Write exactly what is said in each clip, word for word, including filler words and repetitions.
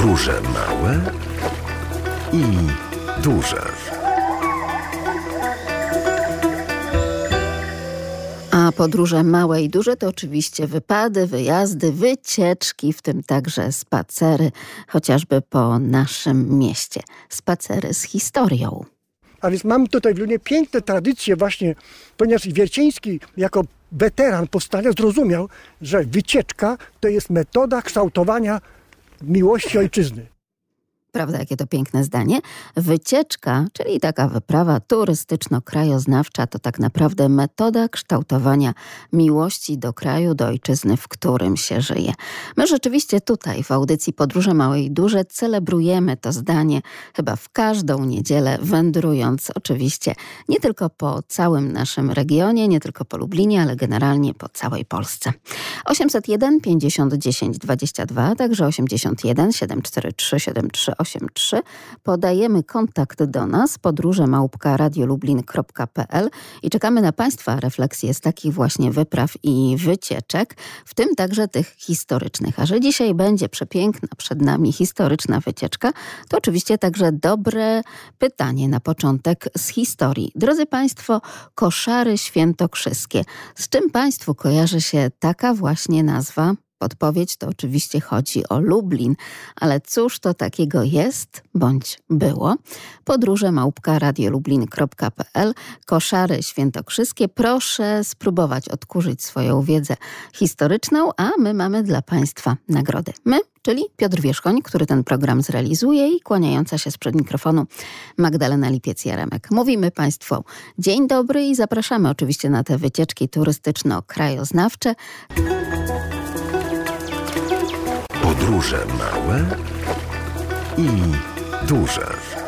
Podróże małe i duże. A podróże małe i duże to oczywiście wypady, wyjazdy, wycieczki, w tym także spacery, chociażby po naszym mieście. Spacery z historią. A więc mamy tutaj w Lublinie piękne tradycje właśnie, ponieważ Wierciński jako weteran powstania zrozumiał, że wycieczka to jest metoda kształtowania miłości ojczyzny. Prawda, jakie to piękne zdanie. Wycieczka, czyli taka wyprawa turystyczno-krajoznawcza, to tak naprawdę metoda kształtowania miłości do kraju, do ojczyzny, w którym się żyje. My rzeczywiście tutaj w audycji Podróże Małe i Duże celebrujemy to zdanie chyba w każdą niedzielę, wędrując oczywiście nie tylko po całym naszym regionie, nie tylko po Lublinie, ale generalnie po całej Polsce. osiemset jeden pięćdziesiąt dziesięć dwadzieścia dwa, także osiemdziesiąt jeden siedem cztery trzy siedem trzy osiem trzy. Podajemy kontakt do nas podróże małpka radiolublin kropka p l i czekamy na Państwa refleksje z takich właśnie wypraw i wycieczek, w tym także tych historycznych. A że dzisiaj będzie przepiękna przed nami historyczna wycieczka, to oczywiście także dobre pytanie na początek z historii. Drodzy Państwo, koszary świętokrzyskie. Z czym Państwu kojarzy się taka właśnie nazwa? Podpowiedź to oczywiście chodzi o Lublin, ale cóż to takiego jest, bądź było? Podróże małpka radiolublin kropka p l, koszary świętokrzyskie. Proszę spróbować odkurzyć swoją wiedzę historyczną, a my mamy dla Państwa nagrody. My, czyli Piotr Wierzchoń, który ten program zrealizuje, i kłaniająca się sprzed mikrofonu Magdalena Lipiec-Jaremek. Mówimy Państwu dzień dobry i zapraszamy oczywiście na te wycieczki turystyczno-krajoznawcze. Podróże małe i duże.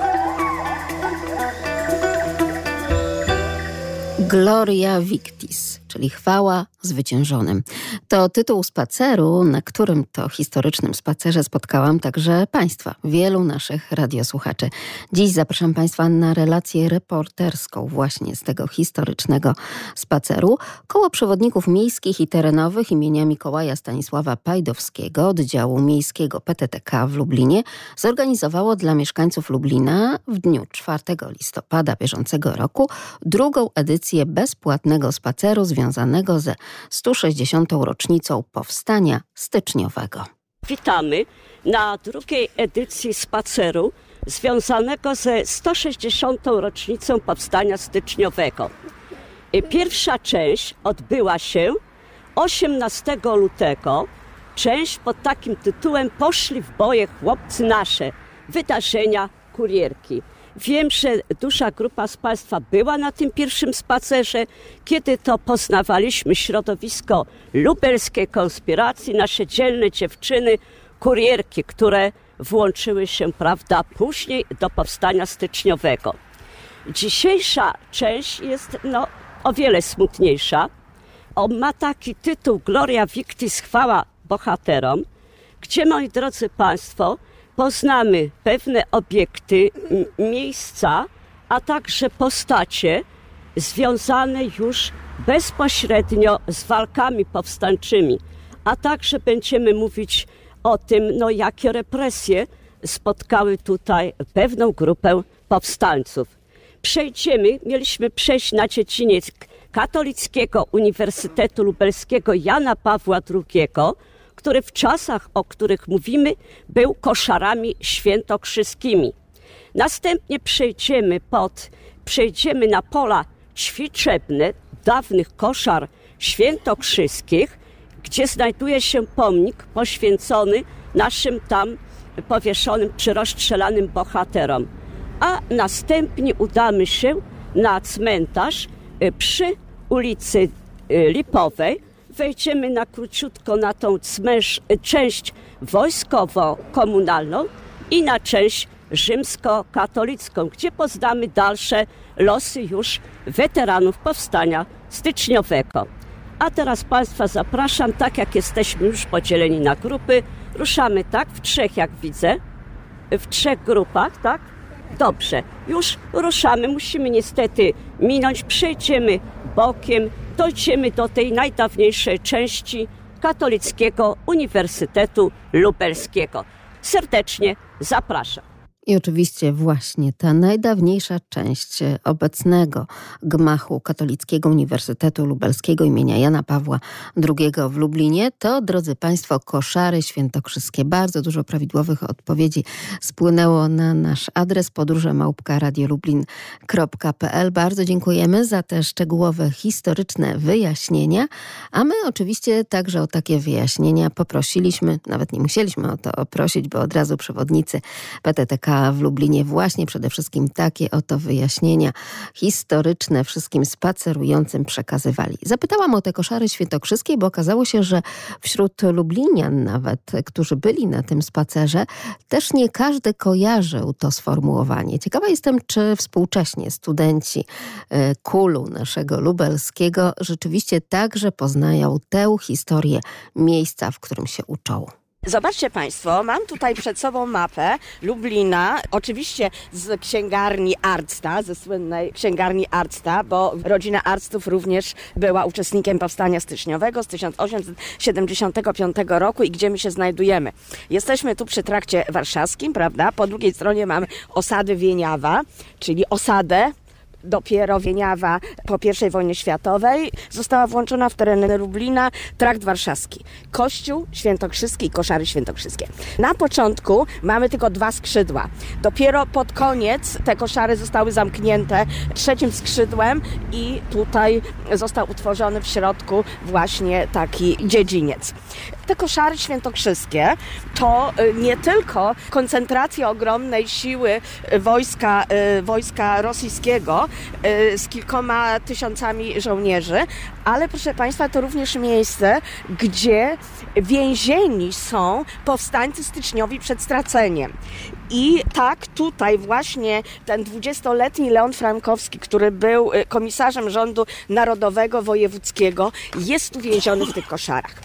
Gloria Victis, czyli chwała zwyciężonym. To tytuł spaceru, na którym to historycznym spacerze spotkałam także Państwa, wielu naszych radiosłuchaczy. Dziś zapraszam Państwa na relację reporterską właśnie z tego historycznego spaceru. Koło Przewodników Miejskich i Terenowych imienia Mikołaja Stanisława Pajdowskiego, oddziału miejskiego P T T K w Lublinie, zorganizowało dla mieszkańców Lublina w dniu czwartego listopada bieżącego roku drugą edycję bezpłatnego spaceru związanego ze sto sześćdziesiątą rocznicą powstania styczniowego. Witamy na drugiej edycji spaceru związanego ze sto sześćdziesiątą rocznicą powstania styczniowego. Pierwsza część odbyła się osiemnastego lutego. Część pod takim tytułem Poszli w boje chłopcy nasze. Wydarzenia kurierki. Wiem, że duża grupa z Państwa była na tym pierwszym spacerze, kiedy to poznawaliśmy środowisko lubelskiej konspiracji, nasze dzielne dziewczyny, kurierki, które włączyły się, prawda, później do powstania styczniowego. Dzisiejsza część jest no, o wiele smutniejsza. On ma taki tytuł Gloria Victis, chwała bohaterom, gdzie, moi drodzy Państwo, poznamy pewne obiekty, m- miejsca, a także postacie związane już bezpośrednio z walkami powstańczymi. A także będziemy mówić o tym, no, jakie represje spotkały tutaj pewną grupę powstańców. Przejdziemy, mieliśmy przejść na dziedziniec Katolickiego Uniwersytetu Lubelskiego Jana Pawła drugiego, który w czasach, o których mówimy, był koszarami świętokrzyskimi. Następnie przejdziemy pod, przejdziemy na pola ćwiczebne dawnych koszar świętokrzyskich, gdzie znajduje się pomnik poświęcony naszym tam powieszonym czy rozstrzelanym bohaterom. A następnie udamy się na cmentarz przy ulicy Lipowej. Wejdziemy na króciutko na tą cmęż, część wojskowo-komunalną i na część rzymsko-katolicką, gdzie poznamy dalsze losy już weteranów powstania styczniowego. A teraz Państwa zapraszam, tak jak jesteśmy już podzieleni na grupy, ruszamy tak w trzech, jak widzę, w trzech grupach, tak? Dobrze, już ruszamy, musimy niestety minąć, przejdziemy bokiem, dojdziemy do tej najdawniejszej części Katolickiego Uniwersytetu Lubelskiego. serdecznie zapraszam. I oczywiście właśnie ta najdawniejsza część obecnego gmachu Katolickiego Uniwersytetu Lubelskiego imienia Jana Pawła drugiego w Lublinie to, drodzy Państwo, koszary świętokrzyskie. Bardzo dużo prawidłowych odpowiedzi spłynęło na nasz adres podróże małpka radiolublin kropka p l. Bardzo dziękujemy za te szczegółowe, historyczne wyjaśnienia, a my oczywiście także o takie wyjaśnienia poprosiliśmy, nawet nie musieliśmy o to prosić, bo od razu przewodnicy P T T K w Lublinie właśnie przede wszystkim takie oto wyjaśnienia historyczne wszystkim spacerującym przekazywali. Zapytałam o te koszary świętokrzyskie, bo okazało się, że wśród lublinian nawet, którzy byli na tym spacerze, też nie każdy kojarzył to sformułowanie. Ciekawa jestem, czy współcześnie studenci kulu naszego lubelskiego rzeczywiście także poznają tę historię miejsca, w którym się uczą. Zobaczcie Państwo, mam tutaj przed sobą mapę Lublina, oczywiście z księgarni Arcta, ze słynnej księgarni Arcta, bo rodzina Arctów również była uczestnikiem powstania styczniowego z tysiąc osiemset siedemdziesiątego piątego roku i gdzie my się znajdujemy. Jesteśmy tu przy trakcie warszawskim, prawda? Po drugiej stronie mamy osady Wieniawa, czyli osadę. Dopiero Wieniawa po pierwszej wojnie światowej została włączona w tereny Lublina trakt warszawski. Kościół świętokrzyski i koszary świętokrzyskie. Na początku mamy tylko dwa skrzydła. Dopiero pod koniec te koszary zostały zamknięte trzecim skrzydłem i tutaj został utworzony w środku właśnie taki dziedziniec. Te koszary świętokrzyskie to nie tylko koncentracja ogromnej siły wojska, wojska rosyjskiego z kilkoma tysiącami żołnierzy, ale proszę Państwa, to również miejsce, gdzie więzieni są powstańcy styczniowi przed straceniem. I tak tutaj właśnie ten dwudziestoletni Leon Frankowski, który był komisarzem rządu narodowego wojewódzkiego, jest uwięziony w tych koszarach.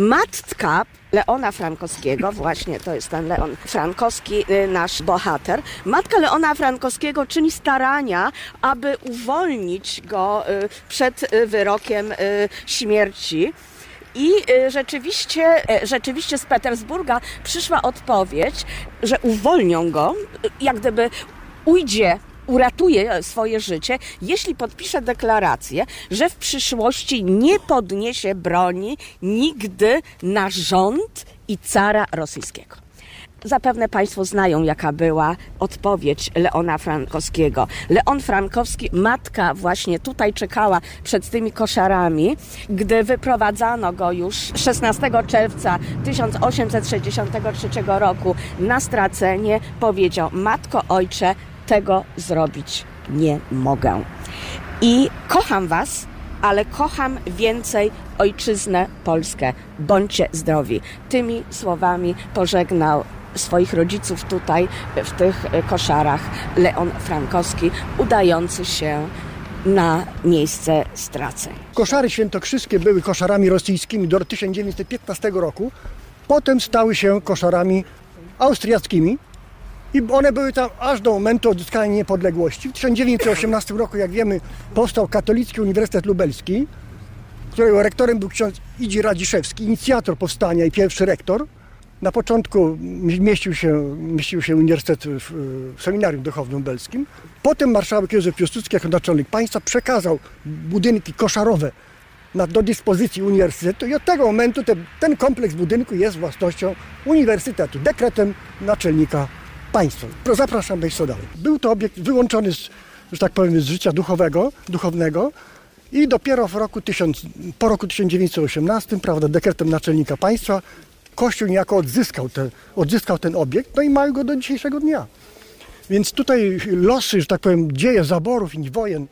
Matka Leona Frankowskiego, właśnie to jest ten Leon Frankowski, nasz bohater. Matka Leona Frankowskiego czyni starania, aby uwolnić go przed wyrokiem śmierci. I rzeczywiście, rzeczywiście z Petersburga przyszła odpowiedź, że uwolnią go, jak gdyby ujdzie, uratuje swoje życie, jeśli podpisze deklarację, że w przyszłości nie podniesie broni nigdy na rząd i cara rosyjskiego. Zapewne Państwo znają, jaka była odpowiedź Leona Frankowskiego. Leon Frankowski, matka właśnie tutaj czekała przed tymi koszarami, gdy wyprowadzano go już szesnastego czerwca tysiąc osiemset sześćdziesiątego trzeciego roku na stracenie, powiedział: matko, ojcze, tego zrobić nie mogę. I kocham Was, ale kocham więcej ojczyznę Polskę. Bądźcie zdrowi. Tymi słowami pożegnał swoich rodziców tutaj w tych koszarach Leon Frankowski, udający się na miejsce straceń. Koszary świętokrzyskie były koszarami rosyjskimi do tysiąc dziewięćset piętnastego roku. Potem stały się koszarami austriackimi i one były tam aż do momentu odzyskania niepodległości. W tysiąc dziewięćset osiemnastym roku, jak wiemy, powstał Katolicki Uniwersytet Lubelski, którego rektorem był ksiądz Idzi Radziszewski, inicjator powstania i pierwszy rektor. Na początku mieścił się, mieścił się uniwersytet w, w seminarium duchownym lubelskim. Potem marszałek Józef Piłsudski jako naczelnik państwa przekazał budynki koszarowe na, do dyspozycji uniwersytetu i od tego momentu te, ten kompleks budynku jest własnością uniwersytetu, dekretem naczelnika państwa. Zapraszam Państwa dalej. Był to obiekt wyłączony z, że tak powiem, z życia duchowego, duchownego i dopiero w roku tysiąc, po roku tysiąc dziewięćset osiemnastym, prawda, dekretem naczelnika państwa Kościół niejako odzyskał, te, odzyskał ten obiekt, no i mają go do dzisiejszego dnia. Więc tutaj losy, że tak powiem, dzieje zaborów i wojen,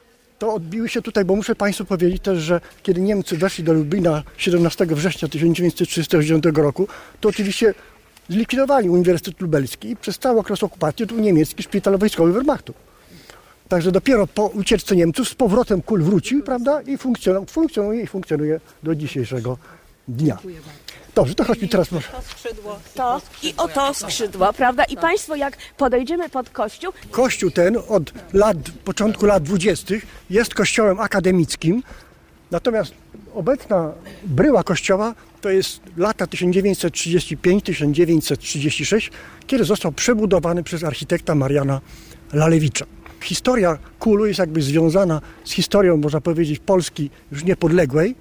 to odbiły się tutaj, bo muszę Państwu powiedzieć też, że kiedy Niemcy weszli do Lublina siedemnastego września tysiąc dziewięćset trzydziestego dziewiątego roku, to oczywiście zlikwidowali Uniwersytet Lubelski i przez cały okres okupacji to był niemiecki szpital wojskowy Wehrmachtu. Także dopiero po ucieczce Niemców z powrotem kul wrócił, prawda, i funkcjonuje, funkcjonuje i funkcjonuje do dzisiejszego dnia. Dobrze, to chodźmy teraz może. To skrzydło. To i oto skrzydło, prawda? I Państwo, jak podejdziemy pod kościół... Kościół ten od lat, początku lat dwudziestych jest kościołem akademickim, natomiast obecna bryła kościoła to jest lata tysiąc dziewięćset trzydziesty piąty do tysiąc dziewięćset trzydziestego szóstego, kiedy został przebudowany przez architekta Mariana Lalewicza. Historia Kulu jest jakby związana z historią, można powiedzieć, Polski już niepodległej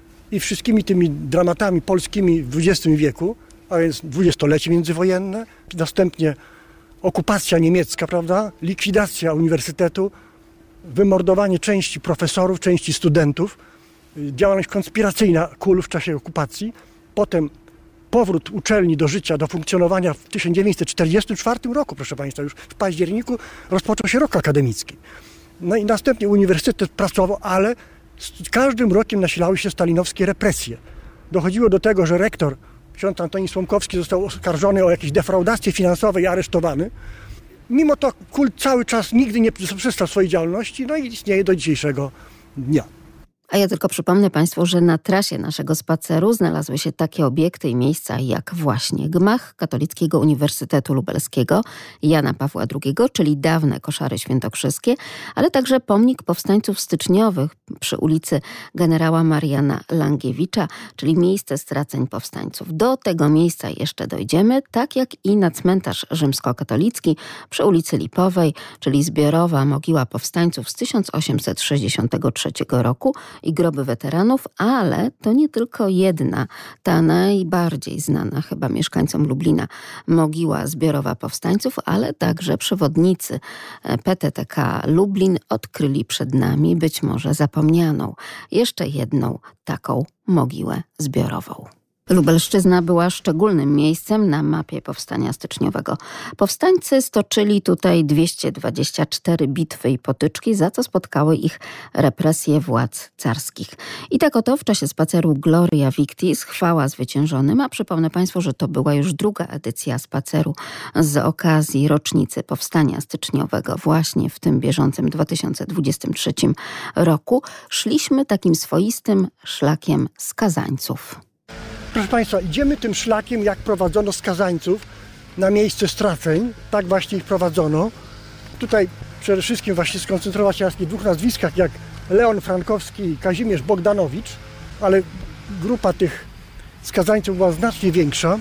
i wszystkimi tymi dramatami polskimi w dwudziestym wieku, a więc dwudziestolecie międzywojenne, następnie okupacja niemiecka, prawda, likwidacja uniwersytetu, wymordowanie części profesorów, części studentów, działalność konspiracyjna Kulu w czasie okupacji, potem powrót uczelni do życia, do funkcjonowania w tysiąc dziewięćset czterdziestym czwartym roku, proszę Państwa, już w październiku rozpoczął się rok akademicki. No i następnie uniwersytet pracował, ale z każdym rokiem nasilały się stalinowskie represje. Dochodziło do tego, że rektor, ksiądz Antoni Słomkowski, został oskarżony o jakieś defraudacje finansowe i aresztowany. Mimo to Kul cały czas nigdy nie przestał swojej działalności, no i istnieje do dzisiejszego dnia. A ja tylko przypomnę Państwu, że na trasie naszego spaceru znalazły się takie obiekty i miejsca jak właśnie gmach Katolickiego Uniwersytetu Lubelskiego Jana Pawła drugiego, czyli dawne Koszary Świętokrzyskie, ale także pomnik powstańców styczniowych przy ulicy generała Mariana Langiewicza, czyli miejsce straceń powstańców. Do tego miejsca jeszcze dojdziemy, tak jak i na cmentarz rzymskokatolicki przy ulicy Lipowej, czyli zbiorowa mogiła powstańców z tysiąc osiemset sześćdziesiątego trzeciego roku, i groby weteranów, ale to nie tylko jedna, ta najbardziej znana chyba mieszkańcom Lublina mogiła zbiorowa powstańców, ale także przewodnicy P T T K Lublin odkryli przed nami być może zapomnianą jeszcze jedną taką mogiłę zbiorową. Lubelszczyzna była szczególnym miejscem na mapie powstania styczniowego. Powstańcy stoczyli tutaj dwieście dwadzieścia cztery bitwy i potyczki, za co spotkały ich represje władz carskich. I tak oto w czasie spaceru Gloria Victis, chwała zwyciężonym, a przypomnę Państwu, że to była już druga edycja spaceru z okazji rocznicy powstania styczniowego właśnie w tym bieżącym dwa tysiące dwudziestym trzecim roku, szliśmy takim swoistym szlakiem skazańców. Proszę Państwa, idziemy tym szlakiem, jak prowadzono skazańców na miejsce straceń. Tak właśnie ich prowadzono. Tutaj przede wszystkim właśnie skoncentrować się na takich dwóch nazwiskach, jak Leon Frankowski i Kazimierz Bogdanowicz, ale grupa tych skazańców była znacznie większa.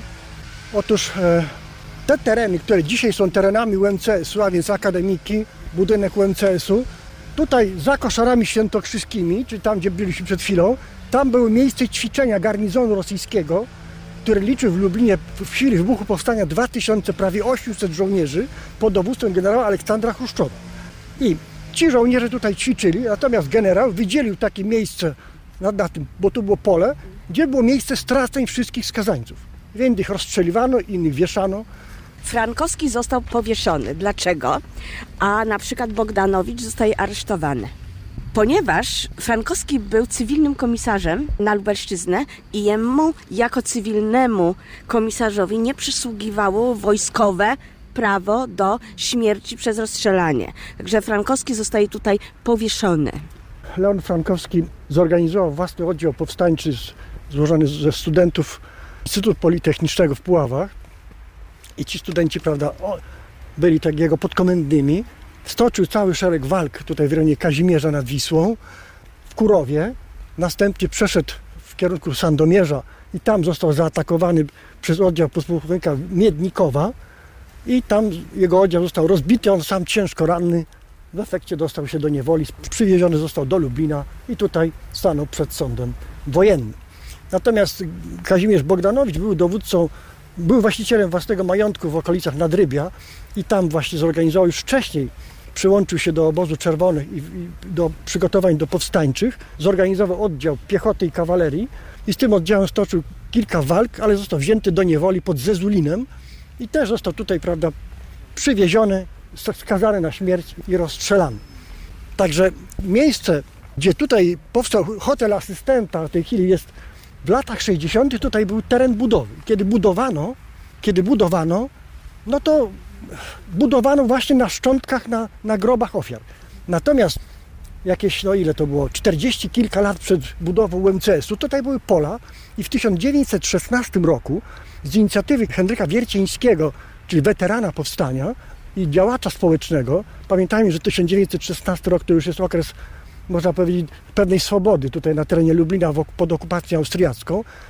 Otóż e, te tereny, które dzisiaj są terenami U M C S-u, a więc akademiki, budynek U M C S-u, tutaj za Koszarami Świętokrzyskimi, czyli tam, gdzie byliśmy przed chwilą, tam były miejsce ćwiczenia garnizonu rosyjskiego, który liczył w Lublinie w chwili wybuchu powstania dwa tysiące, prawie osiemset żołnierzy pod dowództwem generała Aleksandra Chruszczowa. I ci żołnierze tutaj ćwiczyli, natomiast generał wydzielił takie miejsce na, na tym, bo tu było pole, gdzie było miejsce straceń wszystkich skazańców. Jednych rozstrzeliwano, innych wieszano. Frankowski został powieszony. Dlaczego? A na przykład Bogdanowicz zostaje aresztowany. Ponieważ Frankowski był cywilnym komisarzem na Lubelszczyznę i jemu jako cywilnemu komisarzowi nie przysługiwało wojskowe prawo do śmierci przez rozstrzelanie. Także Frankowski zostaje tutaj powieszony. Leon Frankowski zorganizował własny oddział powstańczy złożony ze studentów Instytutu Politechnicznego w Puławach i ci studenci, prawda, byli tak jego podkomendnymi. Stoczył cały szereg walk tutaj w rejonie Kazimierza nad Wisłą, w Kurowie. Następnie przeszedł w kierunku Sandomierza i tam został zaatakowany przez oddział podpułkownika Miednikowa i tam jego oddział został rozbity, on sam ciężko ranny. W efekcie dostał się do niewoli, przywieziony został do Lublina i tutaj stanął przed sądem wojennym. Natomiast Kazimierz Bogdanowicz był dowódcą, był właścicielem własnego majątku w okolicach Nadrybia i tam właśnie zorganizował już wcześniej, przyłączył się do obozu czerwonych i, i do przygotowań do powstańczych, zorganizował oddział piechoty i kawalerii i z tym oddziałem stoczył kilka walk, ale został wzięty do niewoli pod Zezulinem i też został tutaj, prawda, przywieziony, skazany na śmierć i rozstrzelany. Także miejsce, gdzie tutaj powstał hotel asystenta, w tej chwili jest w latach sześćdziesiątych, tutaj był teren budowy. Kiedy budowano, kiedy budowano, no to budowano właśnie na szczątkach, na, na grobach ofiar. Natomiast jakieś, no ile to było, czterdzieści kilka lat przed budową U M C S-u, tutaj były pola i w tysiąc dziewięćset szesnastym roku z inicjatywy Henryka Wiercińskiego, czyli weterana powstania i działacza społecznego, pamiętajmy, że tysiąc dziewięćset szesnasty rok to już jest okres, można powiedzieć, pewnej swobody tutaj na terenie Lublina pod okupacją austriacką,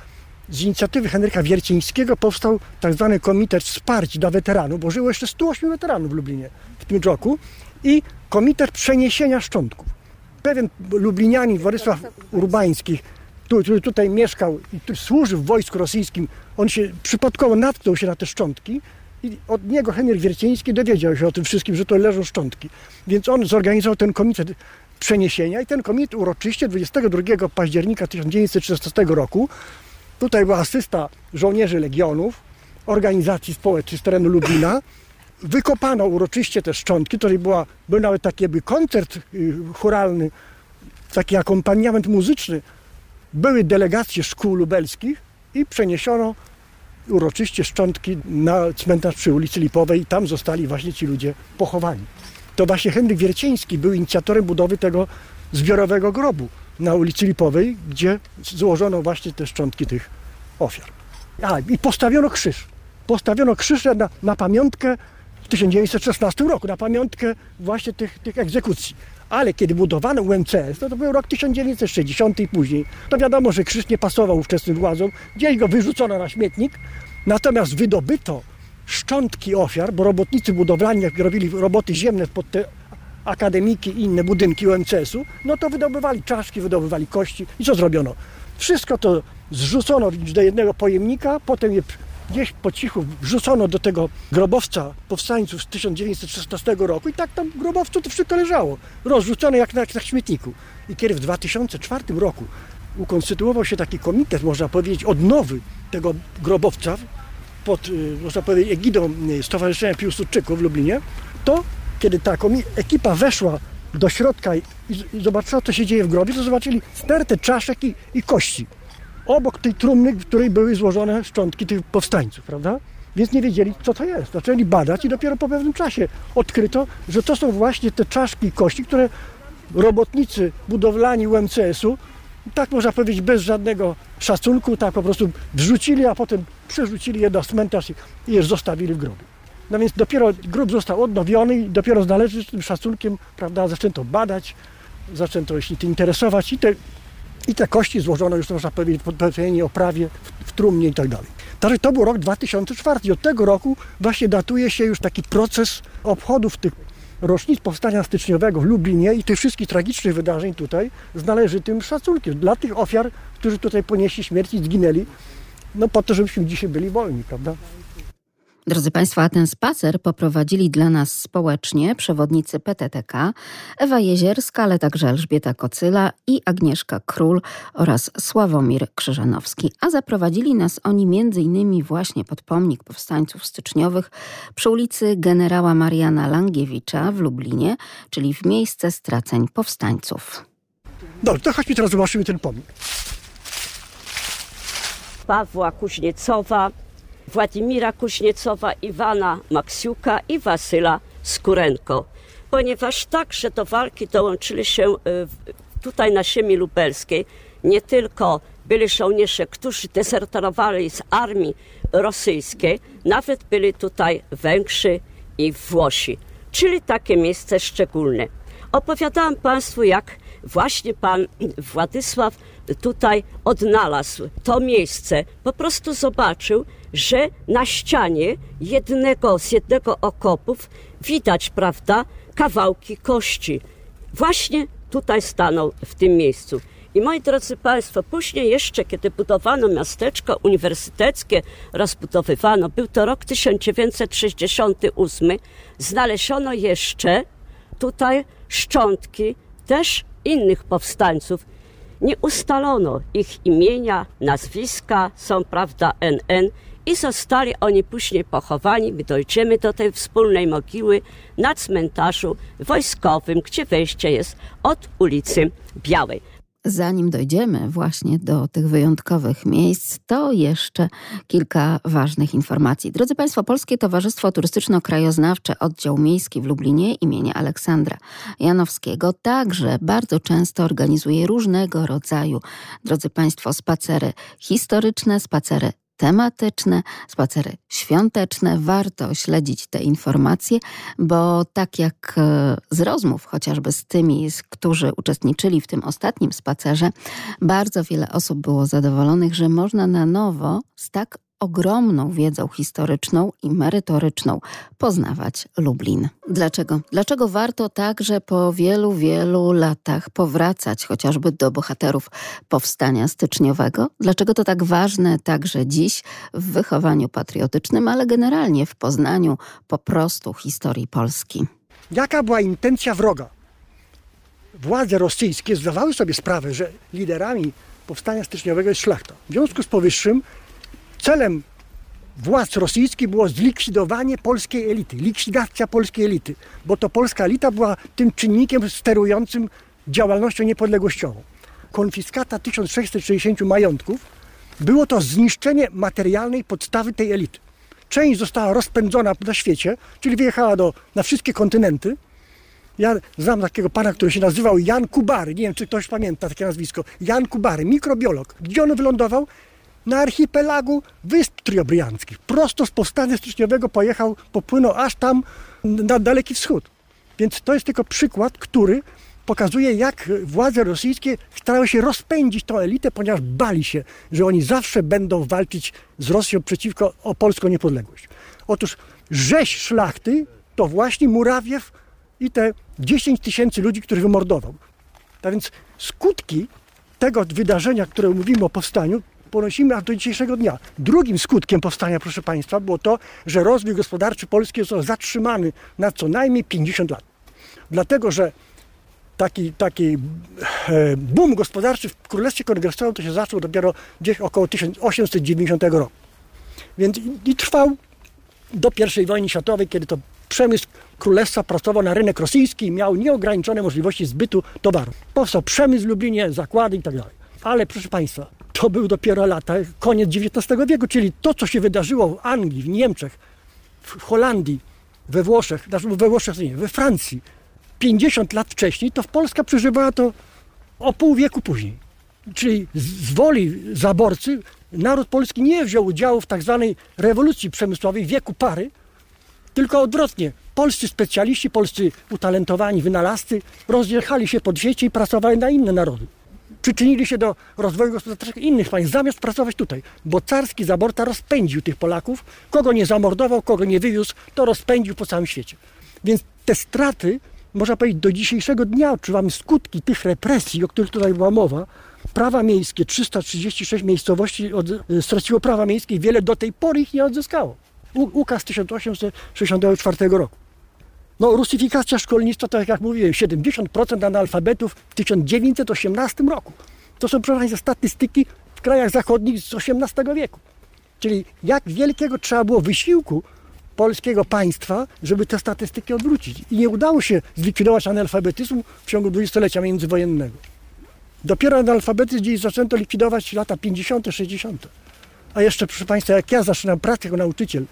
z inicjatywy Henryka Wiercińskiego powstał tak zwany Komitet Wsparć dla Weteranów, bo żyło jeszcze stu ośmiu weteranów w Lublinie w tym roku i Komitet Przeniesienia Szczątków. Pewien lublinianin Władysław Urbański, który tutaj mieszkał i który służył w wojsku rosyjskim, on się przypadkowo natknął się na te szczątki i od niego Henryk Wierciński dowiedział się o tym wszystkim, że to leżą szczątki. Więc on zorganizował ten komitet przeniesienia i ten komitet uroczyście dwudziestego drugiego października tysiąc dziewięćset szesnastego roku, tutaj była asysta żołnierzy legionów, organizacji społecznych z terenu Lublina, wykopano uroczyście te szczątki, tutaj była, był nawet taki jakby koncert chóralny, taki akompaniament muzyczny. Były delegacje szkół lubelskich i przeniesiono uroczyście szczątki na cmentarz przy ulicy Lipowej i tam zostali właśnie ci ludzie pochowani. To właśnie Henryk Wierciński był inicjatorem budowy tego zbiorowego grobu na ulicy Lipowej, gdzie złożono właśnie te szczątki tych ofiar. A, i postawiono krzyż. Postawiono krzyż na, na pamiątkę w tysiąc dziewięćset szesnastym roku, na pamiątkę właśnie tych, tych egzekucji. Ale kiedy budowano U M C S, no to był rok tysiąc dziewięćset sześćdziesiąty i później, to wiadomo, że krzyż nie pasował ówczesnym władzom, gdzieś go wyrzucono na śmietnik, natomiast wydobyto szczątki ofiar, bo robotnicy budowlani, jak robili roboty ziemne pod te akademiki i inne budynki U M C S-u, no to wydobywali czaszki, wydobywali kości i co zrobiono? Wszystko to zrzucono do jednego pojemnika, potem je gdzieś po cichu wrzucono do tego grobowca powstańców z tysiąc dziewięćset szesnastego roku i tak tam w grobowcu to wszystko leżało, rozrzucone jak na, jak na śmietniku. I kiedy w dwa tysiące czwartym roku ukonstytuował się taki komitet, można powiedzieć, odnowy tego grobowca pod, można powiedzieć, egidą Stowarzyszenia Piłsudczyków w Lublinie, to kiedy ta ekipa weszła do środka i, i zobaczyła, co się dzieje w grobie, to zobaczyli stertę czaszek i, i kości obok tej trumny, w której były złożone szczątki tych powstańców, prawda? Więc nie wiedzieli, co to jest. Zaczęli badać i dopiero po pewnym czasie odkryto, że to są właśnie te czaszki i kości, które robotnicy budowlani U M C S-u, tak można powiedzieć, bez żadnego szacunku, tak po prostu wrzucili, a potem przerzucili je na cmentarz i je zostawili w grobie. No więc dopiero grób został odnowiony i dopiero z należytym szacunkiem, prawda, zaczęto badać, zaczęto się tym interesować i te I te kości złożono już, można powiedzieć, pod pewnej oprawie, w, w trumnie i tak dalej. Także to był rok dwa tysiące czwarty i od tego roku właśnie datuje się już taki proces obchodów tych rocznic powstania styczniowego w Lublinie i tych wszystkich tragicznych wydarzeń tutaj z należytym szacunkiem dla tych ofiar, którzy tutaj ponieśli śmierć i zginęli, no po to, żebyśmy dzisiaj byli wolni, prawda? Drodzy Państwo, a ten spacer poprowadzili dla nas społecznie przewodnicy P T T K, Ewa Jezierska, ale także Elżbieta Kocyla i Agnieszka Król oraz Sławomir Krzyżanowski. A zaprowadzili nas oni między innymi właśnie pod pomnik powstańców styczniowych przy ulicy generała Mariana Langiewicza w Lublinie, czyli w miejsce straceń powstańców. Dobrze, to chodźmy teraz zobaczymy ten pomnik. Pawła Kuźniecowa, Władimira Kuźniecowa, Iwana Maksiuka i Wasyla Skórenko. Ponieważ także do walki dołączyli się tutaj na ziemi lubelskiej nie tylko byli żołnierze, którzy dezerterowali z armii rosyjskiej, nawet byli tutaj Węgrzy i Włosi, czyli takie miejsce szczególne. Opowiadałam Państwu, jak właśnie pan Władysław tutaj odnalazł to miejsce. Po prostu zobaczył, że na ścianie jednego z jednego okopów widać, prawda, kawałki kości. Właśnie tutaj stanął w tym miejscu. I moi drodzy Państwo, później jeszcze, kiedy budowano miasteczko uniwersyteckie, rozbudowywano, był to rok tysiąc dziewięćset sześćdziesiąty ósmy, znaleziono jeszcze tutaj szczątki też innych powstańców. Nie ustalono ich imienia, nazwiska, są, prawda, N N i zostali oni później pochowani. My dojdziemy do tej wspólnej mogiły na cmentarzu wojskowym, gdzie wejście jest od ulicy Białej. Zanim dojdziemy właśnie do tych wyjątkowych miejsc, to jeszcze kilka ważnych informacji. Drodzy Państwo, Polskie Towarzystwo Turystyczno-Krajoznawcze Oddział Miejski w Lublinie imienia Aleksandra Janowskiego także bardzo często organizuje różnego rodzaju, drodzy Państwo, spacery historyczne, spacery tematyczne, spacery świąteczne. Warto śledzić te informacje, bo tak jak z rozmów, chociażby z tymi, którzy uczestniczyli w tym ostatnim spacerze, bardzo wiele osób było zadowolonych, że można na nowo z tak ogromną wiedzą historyczną i merytoryczną poznawać Lublin. Dlaczego? Dlaczego warto także po wielu, wielu latach powracać chociażby do bohaterów powstania styczniowego? Dlaczego to tak ważne także dziś w wychowaniu patriotycznym, ale generalnie w poznaniu po prostu historii Polski? Jaka była intencja wroga? Władze rosyjskie zdawały sobie sprawę, że liderami powstania styczniowego jest szlachta. W związku z powyższym celem władz rosyjskich było zlikwidowanie polskiej elity, likwidacja polskiej elity, bo to polska elita była tym czynnikiem sterującym działalnością niepodległościową. Konfiskata tysiąc sześćset sześćdziesięciu majątków było to zniszczenie materialnej podstawy tej elity. Część została rozpędzona na świecie, czyli wyjechała do, na wszystkie kontynenty. Ja znam takiego pana, który się nazywał Jan Kubary, nie wiem, czy ktoś pamięta takie nazwisko. Jan Kubary, mikrobiolog. Gdzie on wylądował? Na archipelagu Wysp Triobrianckich. Prosto z powstania styczniowego pojechał, popłynął aż tam na Daleki Wschód. Więc to jest tylko przykład, który pokazuje, jak władze rosyjskie starały się rozpędzić tą elitę, ponieważ bali się, że oni zawsze będą walczyć z Rosją przeciwko o polską niepodległość. Otóż rzeź szlachty to właśnie Murawiew i te dziesięć tysięcy ludzi, których wymordował. A więc skutki tego wydarzenia, które mówimy o powstaniu, ponosimy aż do dzisiejszego dnia. Drugim skutkiem powstania, proszę Państwa, było to, że rozwój gospodarczy Polski został zatrzymany na co najmniej pięćdziesiąt lat. Dlatego, że taki, taki boom gospodarczy w Królestwie Kongresowym to się zaczął dopiero gdzieś około tysiąc osiemset dziewięćdziesiątego roku. Więc i, i trwał do pierwszej wojny światowej, kiedy to przemysł Królestwa pracował na rynek rosyjski i miał nieograniczone możliwości zbytu towarów. Powstał przemysł w Lublinie, zakłady i tak dalej. Ale proszę Państwa, to był dopiero lata, koniec dziewiętnastego wieku, czyli to, co się wydarzyło w Anglii, w Niemczech, w Holandii, we Włoszech, znaczy we Włoszech, nie, we Francji, pięćdziesiąt lat wcześniej, to Polska przeżywała to o pół wieku później. Czyli z woli zaborcy naród polski nie wziął udziału w tak zwanej rewolucji przemysłowej, wieku pary, tylko odwrotnie. Polscy specjaliści, polscy utalentowani wynalazcy rozjechali się po świecie i pracowali na inne narody. Przyczynili się do rozwoju gospodarczego innych państw, zamiast pracować tutaj. Bo carski zaborca rozpędził tych Polaków. Kogo nie zamordował, kogo nie wywiózł, to rozpędził po całym świecie. Więc te straty, można powiedzieć, do dzisiejszego dnia odczuwamy skutki tych represji, o których tutaj była mowa. Prawa miejskie, trzysta trzydzieści sześć miejscowości od, straciło prawa miejskie i wiele do tej pory ich nie odzyskało. U, ukaz tysiąc osiemset sześćdziesiątego czwartego roku. No, rusyfikacja szkolnictwa, to jak mówiłem, siedemdziesiąt procent analfabetów w tysiąc dziewięćset osiemnastym roku. To są, proszę Państwa, statystyki w krajach zachodnich z osiemnastego wieku. Czyli jak wielkiego trzeba było wysiłku polskiego państwa, żeby te statystyki odwrócić. I nie udało się zlikwidować analfabetyzmu w ciągu dwudziestolecia międzywojennego. Dopiero analfabetyzm gdzieś zaczęto likwidować lata pięćdziesiąte, sześćdziesiąte. A jeszcze, proszę Państwa, jak ja zaczynam pracę jako nauczyciel,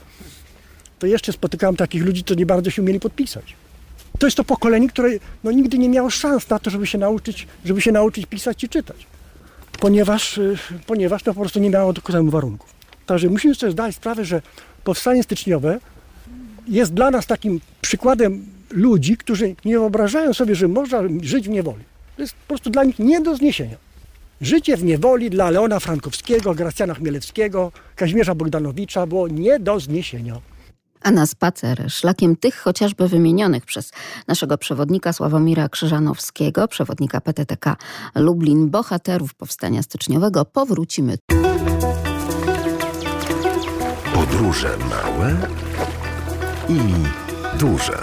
to jeszcze spotykałem takich ludzi, co nie bardzo się umieli podpisać. To jest to pokolenie, które no, nigdy nie miało szans na to, żeby się nauczyć, żeby się nauczyć pisać i czytać. Ponieważ, ponieważ to po prostu nie miało do tego warunków. Także musimy sobie zdać sprawę, że powstanie styczniowe jest dla nas takim przykładem ludzi, którzy nie wyobrażają sobie, że można żyć w niewoli. To jest po prostu dla nich nie do zniesienia. Życie w niewoli dla Leona Frankowskiego, Gracjana Chmielewskiego, Kazimierza Bogdanowicza było nie do zniesienia. A na spacer szlakiem tych chociażby wymienionych przez naszego przewodnika Sławomira Krzyżanowskiego, przewodnika P T T K Lublin, bohaterów powstania styczniowego, powrócimy. Podróże małe i duże.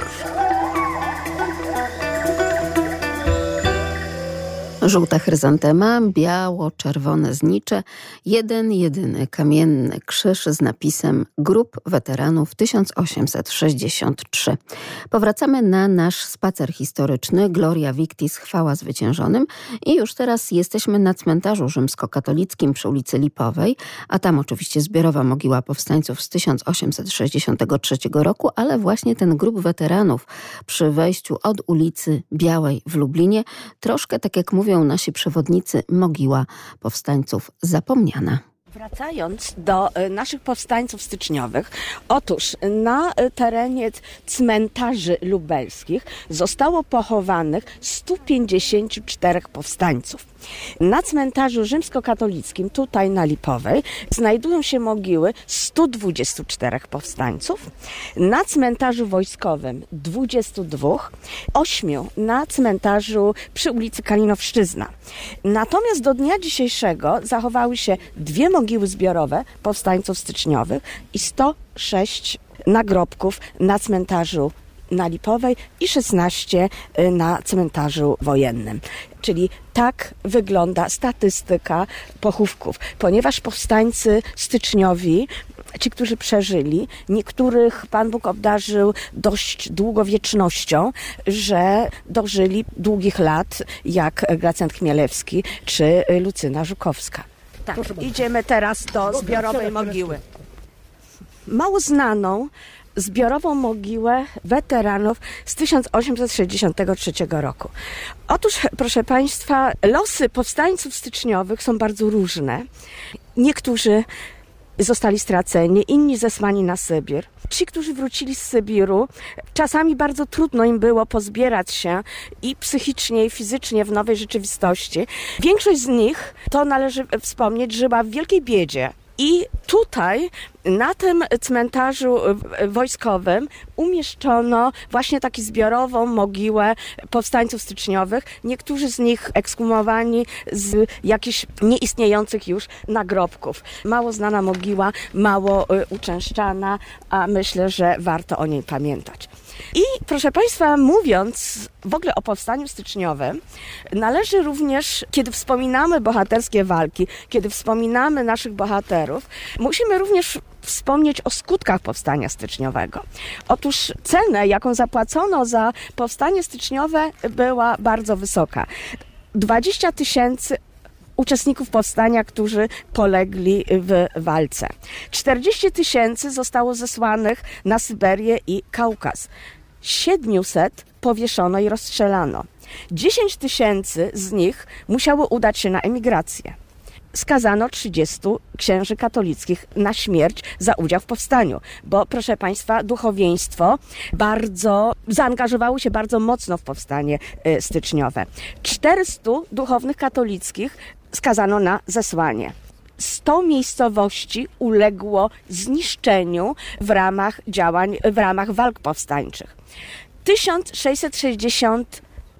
Żółta chryzantema, biało-czerwone znicze, jeden jedyny kamienny krzyż z napisem Grób Weteranów tysiąc osiemset sześćdziesiąt trzy. Powracamy na nasz spacer historyczny Gloria Victis, chwała zwyciężonym i już teraz jesteśmy na cmentarzu rzymskokatolickim przy ulicy Lipowej, a tam oczywiście zbiorowa mogiła powstańców z tysiąc osiemset sześćdziesiątego trzeciego roku, ale właśnie ten grób weteranów przy wejściu od ulicy Białej w Lublinie, troszkę tak jak mówią nasi przewodnicy, mogiła powstańców zapomniana. Wracając do naszych powstańców styczniowych, otóż na terenie cmentarzy lubelskich zostało pochowanych stu pięćdziesięciu czterech powstańców. Na cmentarzu rzymskokatolickim, tutaj na Lipowej, znajdują się mogiły stu dwudziestu czterech powstańców, na cmentarzu wojskowym dwudziestu dwóch, ośmiu na cmentarzu przy ulicy Kalinowszczyzna. Natomiast do dnia dzisiejszego zachowały się dwie mogiły zbiorowe powstańców styczniowych i sto sześć nagrobków na cmentarzu na Lipowej i szesnaście na cmentarzu wojennym. Czyli tak wygląda statystyka pochówków, ponieważ powstańcy styczniowi, ci, którzy przeżyli, niektórych Pan Bóg obdarzył dość długowiecznością, że dożyli długich lat, jak Gracjant Chmielewski czy Lucyna Żukowska. Tak, idziemy teraz do zbiorowej mogiły. Mało znaną zbiorową mogiłę weteranów z tysiąc osiemset sześćdziesiątego trzeciego roku. Otóż, proszę Państwa, losy powstańców styczniowych są bardzo różne. Niektórzy zostali straceni, inni zesłani na Sybir. Ci, którzy wrócili z Sybiru, czasami bardzo trudno im było pozbierać się i psychicznie, i fizycznie w nowej rzeczywistości. Większość z nich, to należy wspomnieć, żyła w wielkiej biedzie. I tutaj, na tym cmentarzu wojskowym, umieszczono właśnie taką zbiorową mogiłę powstańców styczniowych. Niektórzy z nich ekshumowani z jakichś nieistniejących już nagrobków. Mało znana mogiła, mało uczęszczana, a myślę, że warto o niej pamiętać. I proszę Państwa, mówiąc w ogóle o powstaniu styczniowym, należy również, kiedy wspominamy bohaterskie walki, kiedy wspominamy naszych bohaterów, musimy również wspomnieć o skutkach powstania styczniowego. Otóż cenę, jaką zapłacono za powstanie styczniowe, była bardzo wysoka. dwadzieścia tysięcy uczestników powstania, którzy polegli w walce. czterdzieści tysięcy zostało zesłanych na Syberię i Kaukaz. siedmiuset powieszono i rozstrzelano. dziesięć tysięcy z nich musiało udać się na emigrację. Skazano trzydziestu księży katolickich na śmierć za udział w powstaniu, bo proszę Państwa, duchowieństwo bardzo zaangażowało się bardzo mocno w powstanie styczniowe. czterystu duchownych katolickich skazano na zesłanie. sto miejscowości uległo zniszczeniu w ramach działań, w ramach walk powstańczych. tysiąc sześćset sześćdziesiąt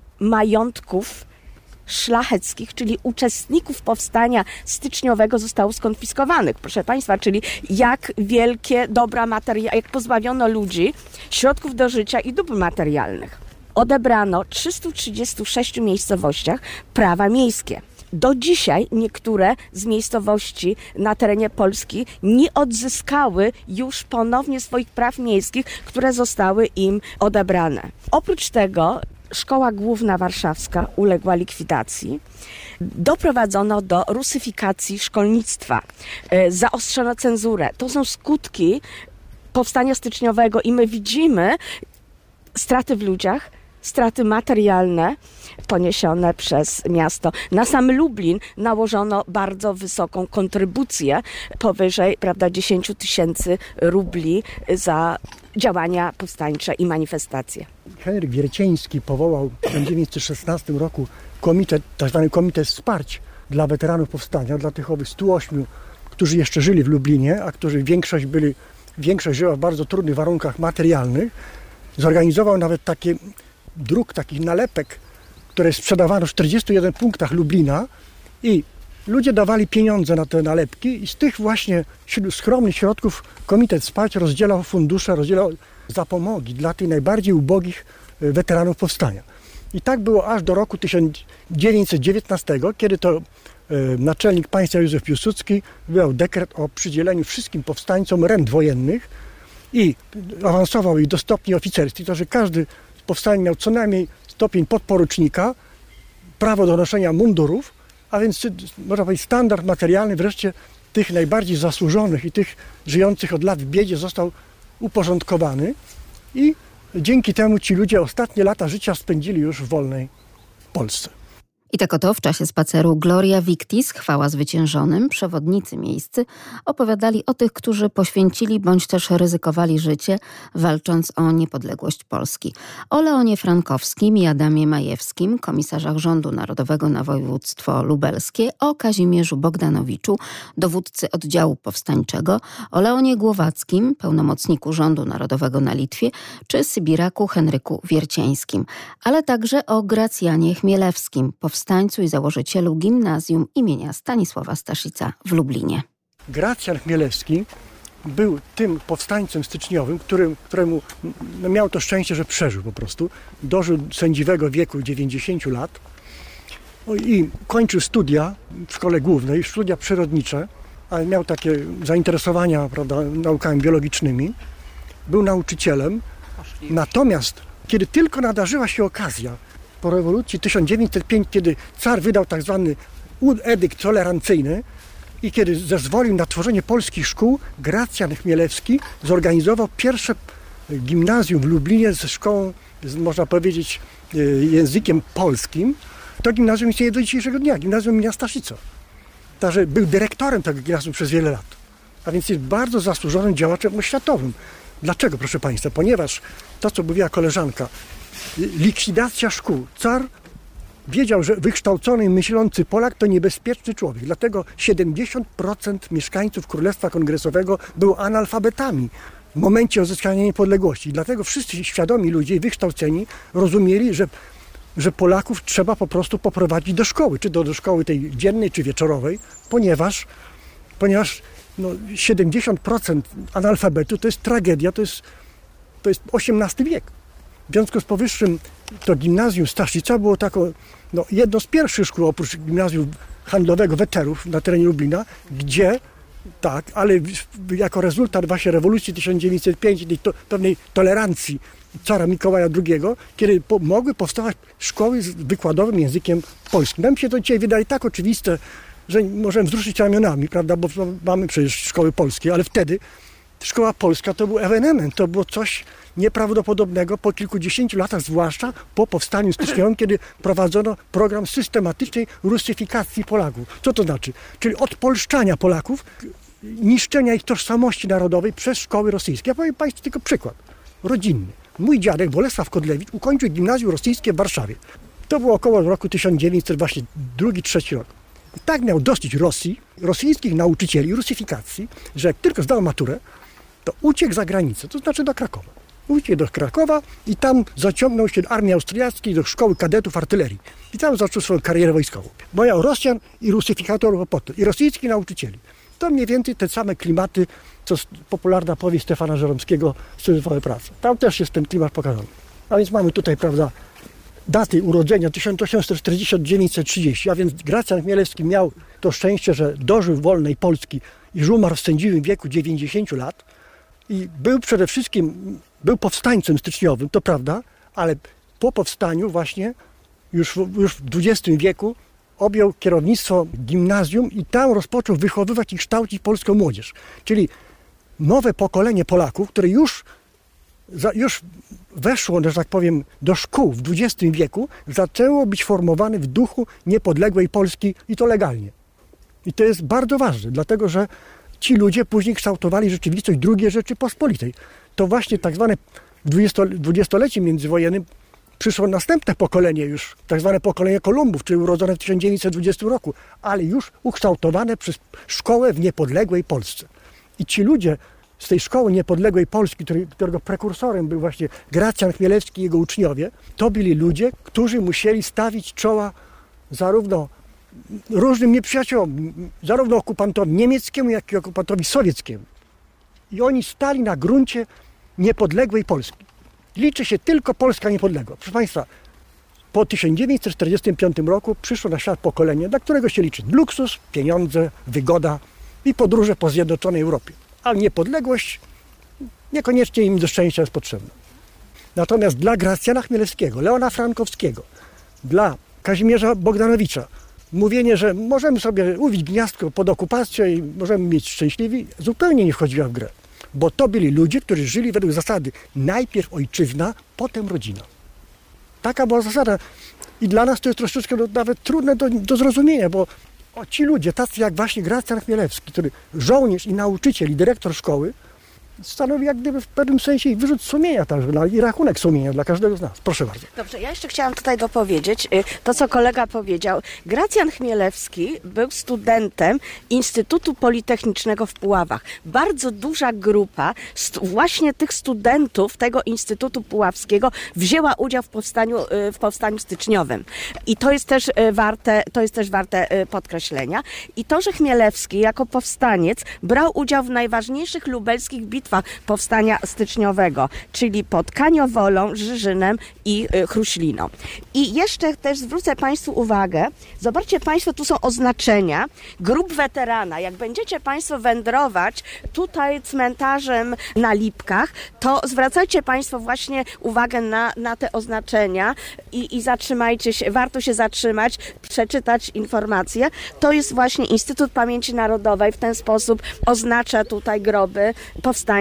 majątków szlacheckich, czyli uczestników powstania styczniowego, zostało skonfiskowanych, proszę Państwa, czyli jak wielkie dobra materialne, jak pozbawiono ludzi środków do życia i dóbr materialnych. Odebrano w trzystu trzydziestu sześciu miejscowościach prawa miejskie. Do dzisiaj niektóre z miejscowości na terenie Polski nie odzyskały już ponownie swoich praw miejskich, które zostały im odebrane. Oprócz tego Szkoła Główna Warszawska uległa likwidacji. Doprowadzono do rusyfikacji szkolnictwa. Zaostrzono cenzurę. To są skutki powstania styczniowego i my widzimy straty w ludziach, straty materialne poniesione przez miasto. Na sam Lublin nałożono bardzo wysoką kontrybucję, powyżej, prawda, dziesięć tysięcy rubli za działania powstańcze i manifestacje. Henryk Wiercieński powołał w tysiąc dziewięćset szesnastym roku komitet, tak zwany komitet wsparć dla weteranów powstania, dla tych owych stu ośmiu, którzy jeszcze żyli w Lublinie, a którzy większość byli, większość żyła w bardzo trudnych warunkach materialnych. Zorganizował nawet takie druk, takich nalepek, które sprzedawano w czterdziestu jeden punktach Lublina i ludzie dawali pieniądze na te nalepki i z tych właśnie skromnych środków Komitet Wsparcia rozdzielał fundusze, rozdzielał zapomogi dla tych najbardziej ubogich weteranów powstania. I tak było aż do roku tysiąc dziewięćset dziewiętnastego, kiedy to naczelnik państwa Józef Piłsudski wydał dekret o przydzieleniu wszystkim powstańcom rent wojennych i awansował ich do stopni oficerskich, to że każdy z powstań miał co najmniej stopień podporucznika, prawo do noszenia mundurów, a więc można powiedzieć standard materialny wreszcie tych najbardziej zasłużonych i tych żyjących od lat w biedzie został uporządkowany i dzięki temu ci ludzie ostatnie lata życia spędzili już w wolnej Polsce. I tak oto w czasie spaceru Gloria Victis, chwała zwyciężonym, przewodnicy miejscy opowiadali o tych, którzy poświęcili bądź też ryzykowali życie, walcząc o niepodległość Polski. O Leonie Frankowskim i Adamie Majewskim, komisarzach Rządu Narodowego na województwo lubelskie, o Kazimierzu Bogdanowiczu, dowódcy oddziału powstańczego, o Leonie Głowackim, pełnomocniku Rządu Narodowego na Litwie, czy Sybiraku Henryku Wiercińskim, ale także o Gracjanie Chmielewskim, powstańcu i założycielu gimnazjum imienia Stanisława Staszica w Lublinie. Gracjan Chmielewski był tym powstańcem styczniowym, którym, któremu no, miał to szczęście, że przeżył po prostu. Dożył sędziwego wieku dziewięćdziesięciu lat i kończył studia w szkole głównej, studia przyrodnicze, ale miał takie zainteresowania, prawda, naukami biologicznymi. Był nauczycielem. Natomiast kiedy tylko nadarzyła się okazja, po rewolucji tysiąc dziewięćset piątej, kiedy car wydał tak zwany edykt tolerancyjny i kiedy zezwolił na tworzenie polskich szkół, Gracjan Chmielewski zorganizował pierwsze gimnazjum w Lublinie ze szkołą, można powiedzieć, językiem polskim. To gimnazjum istnieje do dzisiejszego dnia, gimnazjum imienia Staszica. Także był dyrektorem tego gimnazjum przez wiele lat. A więc jest bardzo zasłużonym działaczem oświatowym. Dlaczego, proszę Państwa? Ponieważ to, co mówiła koleżanka, likwidacja szkół. Car wiedział, że wykształcony i myślący Polak to niebezpieczny człowiek. Dlatego siedemdziesiąt procent mieszkańców Królestwa Kongresowego było analfabetami w momencie odzyskania niepodległości. Dlatego wszyscy świadomi ludzie, wykształceni, rozumieli, że, że Polaków trzeba po prostu poprowadzić do szkoły, czy do, do szkoły tej dziennej, czy wieczorowej, ponieważ, ponieważ no, siedemdziesiąt procent analfabetu to jest tragedia, to jest, to jest osiemnasty wiek. W związku z powyższym to gimnazjum Staszica było taką, no, jedno z pierwszych szkół oprócz gimnazjum handlowego Weterów na terenie Lublina, gdzie tak, ale jako rezultat właśnie rewolucji tysiąc dziewięćset piątej, tej to, pewnej tolerancji cara Mikołaja drugiego, kiedy po, mogły powstawać szkoły z wykładowym językiem polskim. Nam się to dzisiaj wydaje tak oczywiste, że możemy wzruszyć ramionami, prawda, bo mamy przecież szkoły polskie, ale wtedy szkoła polska to był ewenement, to było coś nieprawdopodobnego po kilkudziesięciu latach, zwłaszcza po powstaniu styczniowym, kiedy prowadzono program systematycznej rusyfikacji Polaków. Co to znaczy? Czyli odpolszczania Polaków, niszczenia ich tożsamości narodowej przez szkoły rosyjskie. Ja powiem Państwu tylko przykład rodzinny. Mój dziadek Bolesław Kodlewicz ukończył gimnazjum rosyjskie w Warszawie. To było około roku tysiąc dziewięćset, właśnie drugi, trzeci rok. I tak miał dosyć Rosji, rosyjskich nauczycieli, rusyfikacji, że jak tylko zdał maturę, to uciekł za granicę, to znaczy do Krakowa. Uciekł do Krakowa i tam zaciągnął się do armii austriackiej, do szkoły kadetów artylerii. I tam zaczął swoją karierę wojskową. Bo miał Rosjan i rusyfikatorów opoty, i rosyjskich nauczycieli. To mniej więcej te same klimaty, co popularna powieść Stefana Żeromskiego Syzyfowe prace. Tam też jest ten klimat pokazany. A więc mamy tutaj, prawda, daty urodzenia tysiąc osiemset czterdziesty do dziewięćset trzydziesty, a więc Gracjan Chmielewski miał to szczęście, że dożył wolnej Polski i że umarł w sędziwym wieku dziewięćdziesięciu lat. I był przede wszystkim, był powstańcem styczniowym, to prawda, ale po powstaniu właśnie już, już w dwudziestym wieku objął kierownictwo gimnazjum i tam rozpoczął wychowywać i kształcić polską młodzież. Czyli nowe pokolenie Polaków, które już, już weszło, że tak powiem, do szkół w dwudziestym wieku, zaczęło być formowane w duchu niepodległej Polski i to legalnie. I to jest bardzo ważne, dlatego że ci ludzie później kształtowali rzeczywistość drugiej Rzeczypospolitej. To właśnie tak zwane w dwudziestoleciu międzywojennym przyszło następne pokolenie już, tak zwane pokolenie Kolumbów, czyli urodzone w tysiąc dziewięćset dwudziestym roku, ale już ukształtowane przez szkołę w niepodległej Polsce. I ci ludzie z tej szkoły niepodległej Polski, który, którego prekursorem był właśnie Gracjan Chmielewski i jego uczniowie, to byli ludzie, którzy musieli stawić czoła zarówno różnym nieprzyjaciołom, zarówno okupantowi niemieckiemu, jak i okupantowi sowieckiemu. I oni stali na gruncie niepodległej Polski. Liczy się tylko Polska niepodległa. Proszę Państwa, po tysiąc dziewięćset czterdziestym piątym roku przyszło na świat pokolenie, dla którego się liczy luksus, pieniądze, wygoda i podróże po zjednoczonej Europie. Ale niepodległość niekoniecznie im do szczęścia jest potrzebna. Natomiast dla Gracjana Chmielewskiego, Leona Frankowskiego, dla Kazimierza Bogdanowicza mówienie, że możemy sobie uwić gniazdko pod okupacją i możemy mieć szczęśliwi, zupełnie nie wchodziła w grę. Bo to byli ludzie, którzy żyli według zasady najpierw ojczyzna, potem rodzina. Taka była zasada. I dla nas to jest troszeczkę no, nawet trudne do, do zrozumienia, bo o, ci ludzie, tacy jak właśnie Gracjan Chmielewski, który żołnierz i nauczyciel i dyrektor szkoły, stanowi jak gdyby w pewnym sensie i wyrzut sumienia także, i rachunek sumienia dla każdego z nas. Proszę bardzo. Dobrze, ja jeszcze chciałam tutaj dopowiedzieć to, co kolega powiedział. Gracjan Chmielewski był studentem Instytutu Politechnicznego w Puławach. Bardzo duża grupa stu, właśnie tych studentów tego Instytutu Puławskiego wzięła udział w powstaniu, w powstaniu styczniowym. I to jest też warte, to jest też warte podkreślenia. I to, że Chmielewski jako powstaniec brał udział w najważniejszych lubelskich bitwach powstania styczniowego, czyli pod Kaniowolą, Żyżynem i y, Chruśliną. I jeszcze też zwrócę Państwu uwagę, zobaczcie Państwo, tu są oznaczenia grup weterana. Jak będziecie Państwo wędrować tutaj cmentarzem na Lipkach, to zwracajcie Państwo właśnie uwagę na, na te oznaczenia i, i zatrzymajcie się, warto się zatrzymać, przeczytać informacje. To jest właśnie Instytut Pamięci Narodowej, w ten sposób oznacza tutaj groby powstańców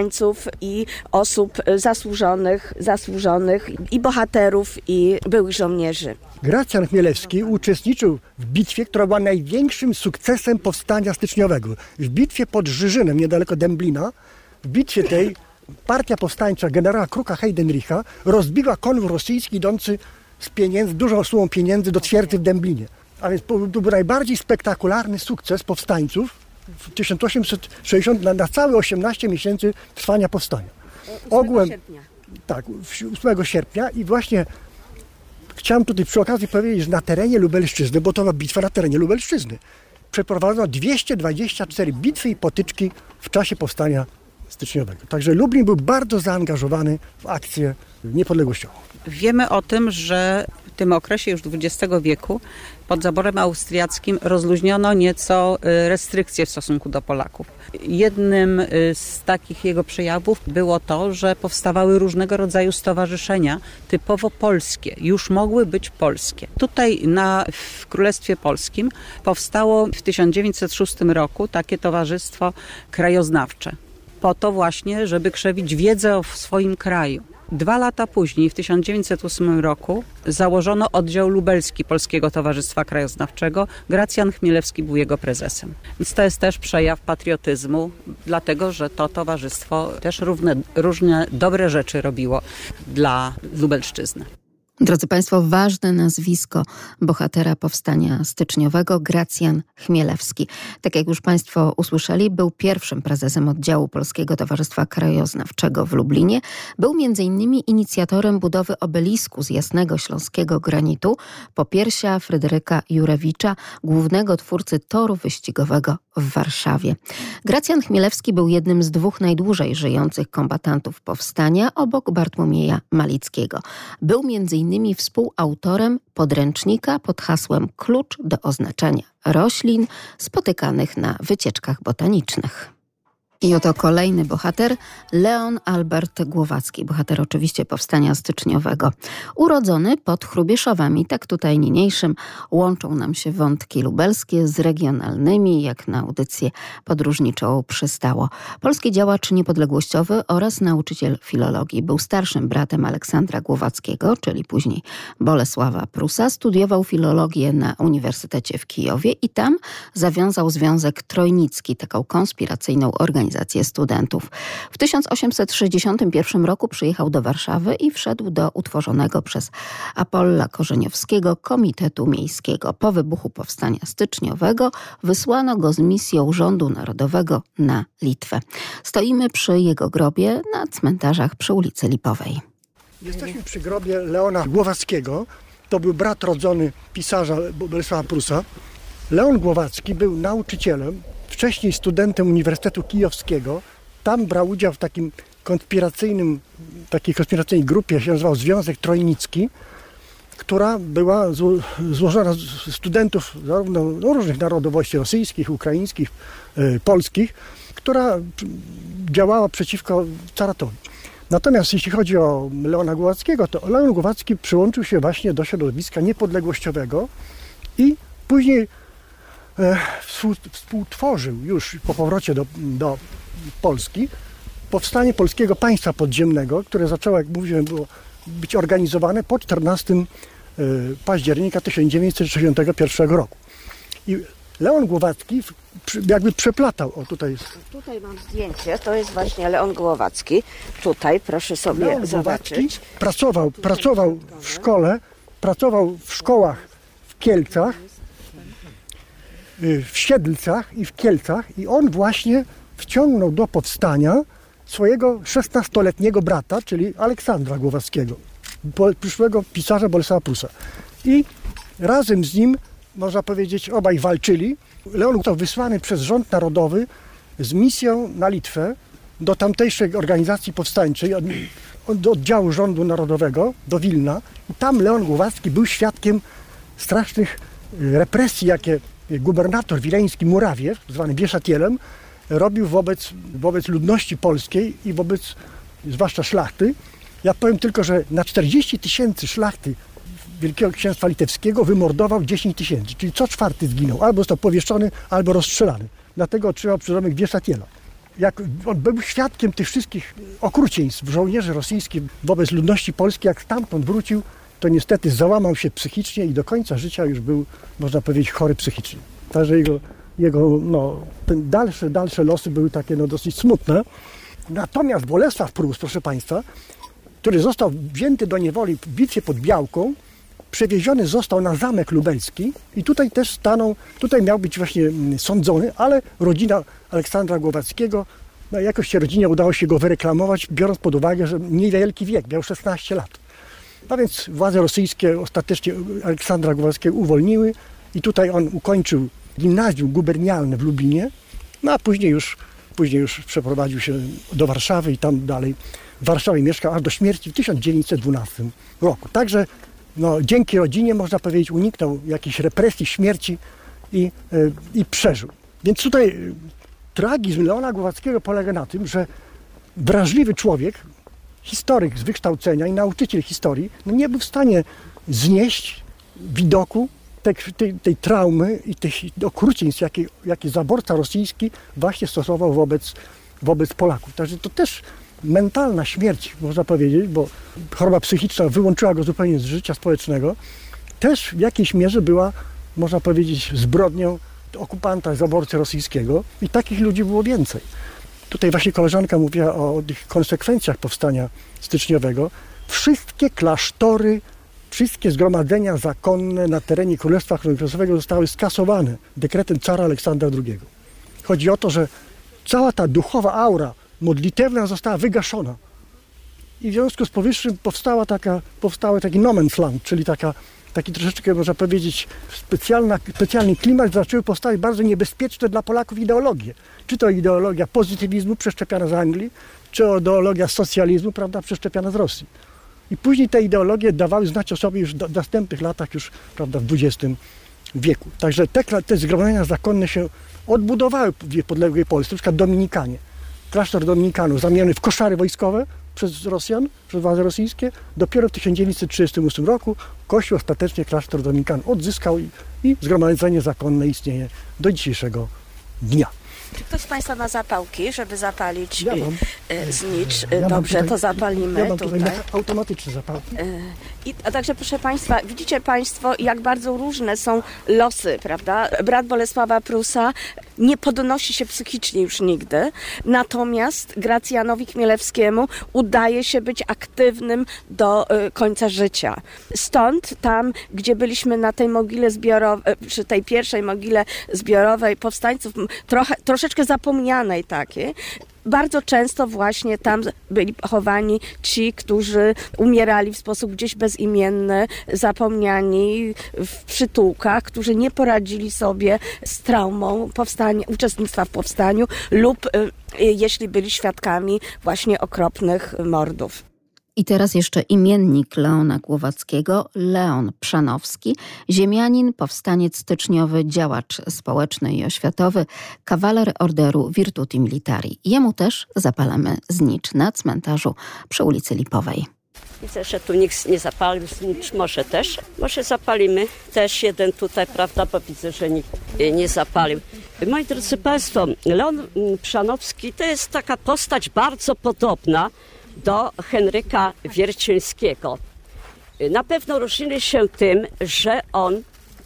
i osób zasłużonych, zasłużonych i bohaterów i byłych żołnierzy. Gracjan Chmielewski uczestniczył w bitwie, która była największym sukcesem powstania styczniowego. W bitwie pod Żyżynem, niedaleko Dęblina, w bitwie tej partia powstańcza generała Kruka Heidenricha rozbiła konwój rosyjski idący z pieniędzy, dużą sumą pieniędzy do twierdzy w Dęblinie. A więc to był najbardziej spektakularny sukces powstańców w tysiąc osiemset sześćdziesiątym na, na całe osiemnaście miesięcy trwania powstania. ósmego sierpnia. Tak, ósmego sierpnia i właśnie chciałem tutaj przy okazji powiedzieć, że na terenie Lubelszczyzny, bo to była bitwa na terenie Lubelszczyzny, przeprowadzono dwieście dwadzieścia cztery bitwy i potyczki w czasie powstania styczniowego. Także Lublin był bardzo zaangażowany w akcję niepodległościową. Wiemy o tym, że w tym okresie już dwudziestego wieku pod zaborem austriackim rozluźniono nieco restrykcje w stosunku do Polaków. Jednym z takich jego przejawów było to, że powstawały różnego rodzaju stowarzyszenia typowo polskie, już mogły być polskie. Tutaj na, w Królestwie Polskim powstało w tysiąc dziewięćset szóstym roku takie towarzystwo krajoznawcze. Po to właśnie, żeby krzewić wiedzę o swoim kraju. Dwa lata później, w tysiąc dziewięćset ósmym roku, założono oddział lubelski Polskiego Towarzystwa Krajoznawczego. Gracjan Chmielewski był jego prezesem. Więc to jest też przejaw patriotyzmu, dlatego że to towarzystwo też równe, różne dobre rzeczy robiło dla Lubelszczyzny. Drodzy Państwo, ważne nazwisko bohatera powstania styczniowego, Gracjan Chmielewski. Tak jak już Państwo usłyszeli, był pierwszym prezesem oddziału Polskiego Towarzystwa Krajoznawczego w Lublinie. Był między innymi inicjatorem budowy obelisku z jasnego śląskiego granitu, popiersia Fryderyka Jurewicza, głównego twórcy toru wyścigowego w Warszawie. Gracjan Chmielewski był jednym z dwóch najdłużej żyjących kombatantów powstania obok Bartłomieja Malickiego. Był między innymi współautorem podręcznika pod hasłem Klucz do oznaczania roślin spotykanych na wycieczkach botanicznych. I oto kolejny bohater, Leon Albert Głowacki, bohater oczywiście powstania styczniowego. Urodzony pod Hrubieszowami, tak tutaj niniejszym łączą nam się wątki lubelskie z regionalnymi, jak na audycję podróżniczą przystało. Polski działacz niepodległościowy oraz nauczyciel filologii. Był starszym bratem Aleksandra Głowackiego, czyli później Bolesława Prusa. Studiował filologię na Uniwersytecie w Kijowie i tam zawiązał Związek Trojnicki, taką konspiracyjną organizację studentów. W tysiąc osiemset sześćdziesiątym pierwszym roku przyjechał do Warszawy i wszedł do utworzonego przez Apolla Korzeniowskiego Komitetu Miejskiego. Po wybuchu powstania styczniowego wysłano go z misją Rządu Narodowego na Litwę. Stoimy przy jego grobie na cmentarzach przy ulicy Lipowej. Jesteśmy przy grobie Leona Głowackiego. To był brat rodzony pisarza Bolesława Prusa. Leon Głowacki był nauczycielem, wcześniej studentem Uniwersytetu Kijowskiego. Tam brał udział w takim konspiracyjnym, takiej konspiracyjnej grupie, się nazywał Związek Trojnicki, która była zło, złożona z studentów zarówno no, różnych narodowości rosyjskich, ukraińskich, y, polskich, która działała przeciwko caratowi. Natomiast jeśli chodzi o Leona Głowackiego, to Leon Głowacki przyłączył się właśnie do środowiska niepodległościowego i później współtworzył już po powrocie do, do Polski powstanie Polskiego Państwa Podziemnego, które zaczęło, jak mówiłem, było być organizowane po czternastym października tysiąc dziewięćset sześćdziesiątego pierwszego roku. I Leon Głowacki jakby przeplatał, o tutaj jest. Tutaj mam zdjęcie, to jest właśnie Leon Głowacki. Tutaj proszę sobie Leon zobaczyć. Głowacki pracował, pracował w szkole, pracował w szkołach w Kielcach, w Siedlcach i w Kielcach i on właśnie wciągnął do powstania swojego szesnastoletniego brata, czyli Aleksandra Głowackiego, przyszłego pisarza Bolesława Prusa. I razem z nim, można powiedzieć, obaj walczyli. Leon został wysłany przez rząd narodowy z misją na Litwę do tamtejszej organizacji powstańczej, do oddziału rządu narodowego, do Wilna. I tam Leon Głowacki był świadkiem strasznych represji, jakie gubernator wileński Murawiew, zwany Bieszatielem, robił wobec, wobec ludności polskiej i wobec zwłaszcza szlachty. Ja powiem tylko, że na czterdzieści tysięcy szlachty Wielkiego Księstwa Litewskiego wymordował dziesięć tysięcy, czyli co czwarty zginął, albo został powieszony, albo rozstrzelany. Dlatego otrzymał przydomek Bieszatiela. Jak on był świadkiem tych wszystkich okrucieństw żołnierzy rosyjskich wobec ludności polskiej, jak stamtąd wrócił, to niestety załamał się psychicznie i do końca życia już był, można powiedzieć, chory psychicznie. Także jego, jego no, ten dalsze, dalsze losy były takie no, dosyć smutne. Natomiast Bolesław Prus, proszę Państwa, który został wzięty do niewoli w bitwie pod Białką, przewieziony został na Zamek Lubelski i tutaj też stanął, tutaj miał być właśnie sądzony, ale rodzina Aleksandra Głowackiego, no jakoś się rodzinie udało się go wyreklamować, biorąc pod uwagę, że niewielki wiek, miał szesnaście lat. A więc władze rosyjskie ostatecznie Aleksandra Głowackiego uwolniły i tutaj on ukończył gimnazjum gubernialne w Lublinie, no a później już, później już przeprowadził się do Warszawy i tam dalej w Warszawie mieszkał aż do śmierci w tysiąc dziewięćset dwunastym roku. Także no, dzięki rodzinie, można powiedzieć, uniknął jakiejś represji, śmierci i, yy, i przeżył. Więc tutaj yy, tragizm Leona Głowackiego polega na tym, że wrażliwy człowiek, historyk z wykształcenia i nauczyciel historii, no nie był w stanie znieść widoku tej, tej, tej traumy i tych okrucieństw, jakie, jakie zaborca rosyjski właśnie stosował wobec, wobec Polaków. Także to też mentalna śmierć, można powiedzieć, bo choroba psychiczna wyłączyła go zupełnie z życia społecznego, też w jakiejś mierze była, można powiedzieć, zbrodnią okupanta, zaborcy rosyjskiego i takich ludzi było więcej. Tutaj właśnie koleżanka mówiła o, o tych konsekwencjach powstania styczniowego. Wszystkie klasztory, wszystkie zgromadzenia zakonne na terenie Królestwa Kronkrasowego zostały skasowane dekretem cara Aleksandra drugiego. Chodzi o to, że cała ta duchowa aura modlitewna została wygaszona. I w związku z powyższym powstała taka, powstały taki no man's land, czyli taka, taki troszeczkę, można powiedzieć, specjalna, specjalny klimat, zaczęły powstawać bardzo niebezpieczne dla Polaków ideologie. Czy to ideologia pozytywizmu przeszczepiana z Anglii, czy ideologia socjalizmu, prawda, przeszczepiana z Rosji. I później te ideologie dawały znać o sobie już w następnych latach, już prawda, w dwudziestym wieku. Także te, te zgromadzenia zakonne się odbudowały w podległej Polsce, na przykład Dominikanie. Klasztor Dominikanów zamieniony w koszary wojskowe przez Rosjan, przez władze rosyjskie. Dopiero w tysiąc dziewięćset trzydziestym ósmym roku Kościół ostatecznie klasztor Dominikanów odzyskał i, i zgromadzenie zakonne istnieje do dzisiejszego dnia. Czy ktoś z Państwa ma zapałki, żeby zapalić Ja mam. y, znicz? Ja mam Dobrze, tutaj- to zapalimy Ja mam tutaj. tutaj automatyczne zapałki. I, a także, proszę Państwa, widzicie Państwo, jak bardzo różne są losy, prawda? Brat Bolesława Prusa nie podnosi się psychicznie już nigdy, natomiast Gracjanowi Chmielewskiemu udaje się być aktywnym do y, końca życia. Stąd tam, gdzie byliśmy na tej mogile zbiorowej, przy tej pierwszej mogile zbiorowej powstańców, trochę, troszeczkę zapomnianej takiej, bardzo często właśnie tam byli chowani ci, którzy umierali w sposób gdzieś bezimienny, zapomniani w przytułkach, którzy nie poradzili sobie z traumą powstania, uczestnictwa w powstaniu lub y, jeśli byli świadkami właśnie okropnych mordów. I teraz jeszcze imiennik Leona Głowackiego, Leon Przanowski, ziemianin, powstaniec styczniowy, działacz społeczny i oświatowy, kawaler orderu Virtuti Militari. Jemu też zapalamy znicz na cmentarzu przy ulicy Lipowej. Widzę, że tu nikt nie zapalił, znicz może też. Może zapalimy też jeden tutaj, prawda, bo widzę, że nikt nie zapalił. Moi drodzy Państwo, Leon Przanowski to jest taka postać bardzo podobna do Henryka Wiercińskiego. Na pewno różnili się tym, że on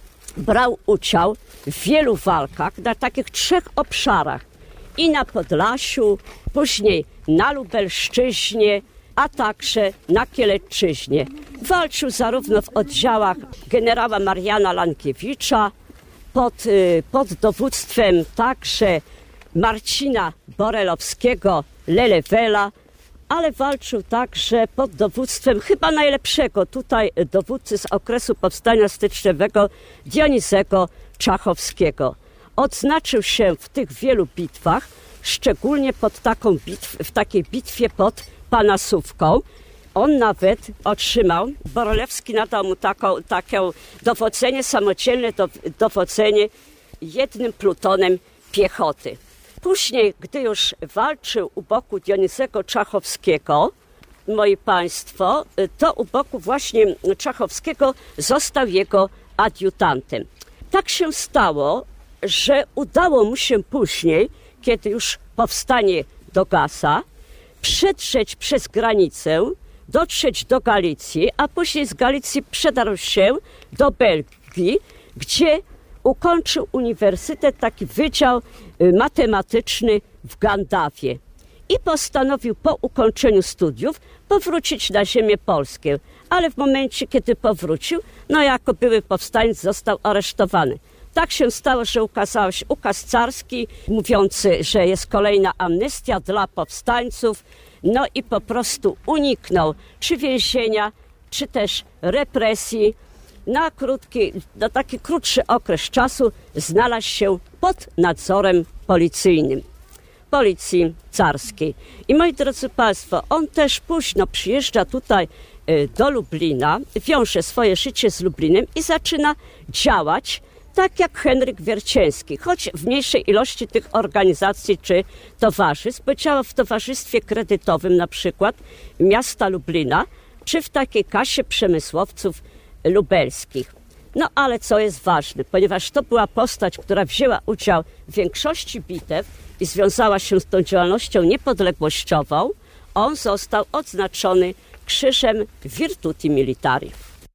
brał udział w wielu walkach na takich trzech obszarach. I na Podlasiu, później na Lubelszczyźnie, a także na Kielecczyźnie. Walczył zarówno w oddziałach generała Mariana Lankiewicza, pod, pod dowództwem także Marcina Borelowskiego, Lelewela, ale walczył także pod dowództwem chyba najlepszego tutaj dowódcy z okresu powstania styczniowego Dionizego Czachowskiego. Odznaczył się w tych wielu bitwach, szczególnie pod taką bitw, w takiej bitwie pod Panasówką. On nawet otrzymał, Borelewski nadał mu taką, takie dowodzenie, samodzielne do, dowodzenie jednym plutonem piechoty. Później, gdy już walczył u boku Dionizego Czachowskiego, moi państwo, to u boku właśnie Czachowskiego został jego adiutantem. Tak się stało, że udało mu się później, kiedy już powstanie dogasa, przedrzeć przez granicę, dotrzeć do Galicji, a później z Galicji przedarł się do Belgii, gdzie ukończył uniwersytet, taki wydział matematyczny w Gandawie. I postanowił po ukończeniu studiów powrócić na ziemię polską. Ale w momencie, kiedy powrócił, no jako były powstańc został aresztowany. Tak się stało, że ukazał się ukaz carski mówiący, że jest kolejna amnestia dla powstańców, no i po prostu uniknął czy więzienia, czy też represji. Na krótki, na taki krótszy okres czasu znalazł się pod nadzorem policyjnym, policji carskiej. I moi drodzy państwo, on też późno przyjeżdża tutaj do Lublina, wiąże swoje życie z Lublinem i zaczyna działać tak jak Henryk Wierciński, choć w mniejszej ilości tych organizacji czy towarzystw, bo działał w towarzystwie kredytowym na przykład miasta Lublina, czy w takiej kasie przemysłowców lubelskich. No ale co jest ważne, ponieważ to była postać, która wzięła udział w większości bitew i związała się z tą działalnością niepodległościową, on został odznaczony krzyżem Virtuti Militari.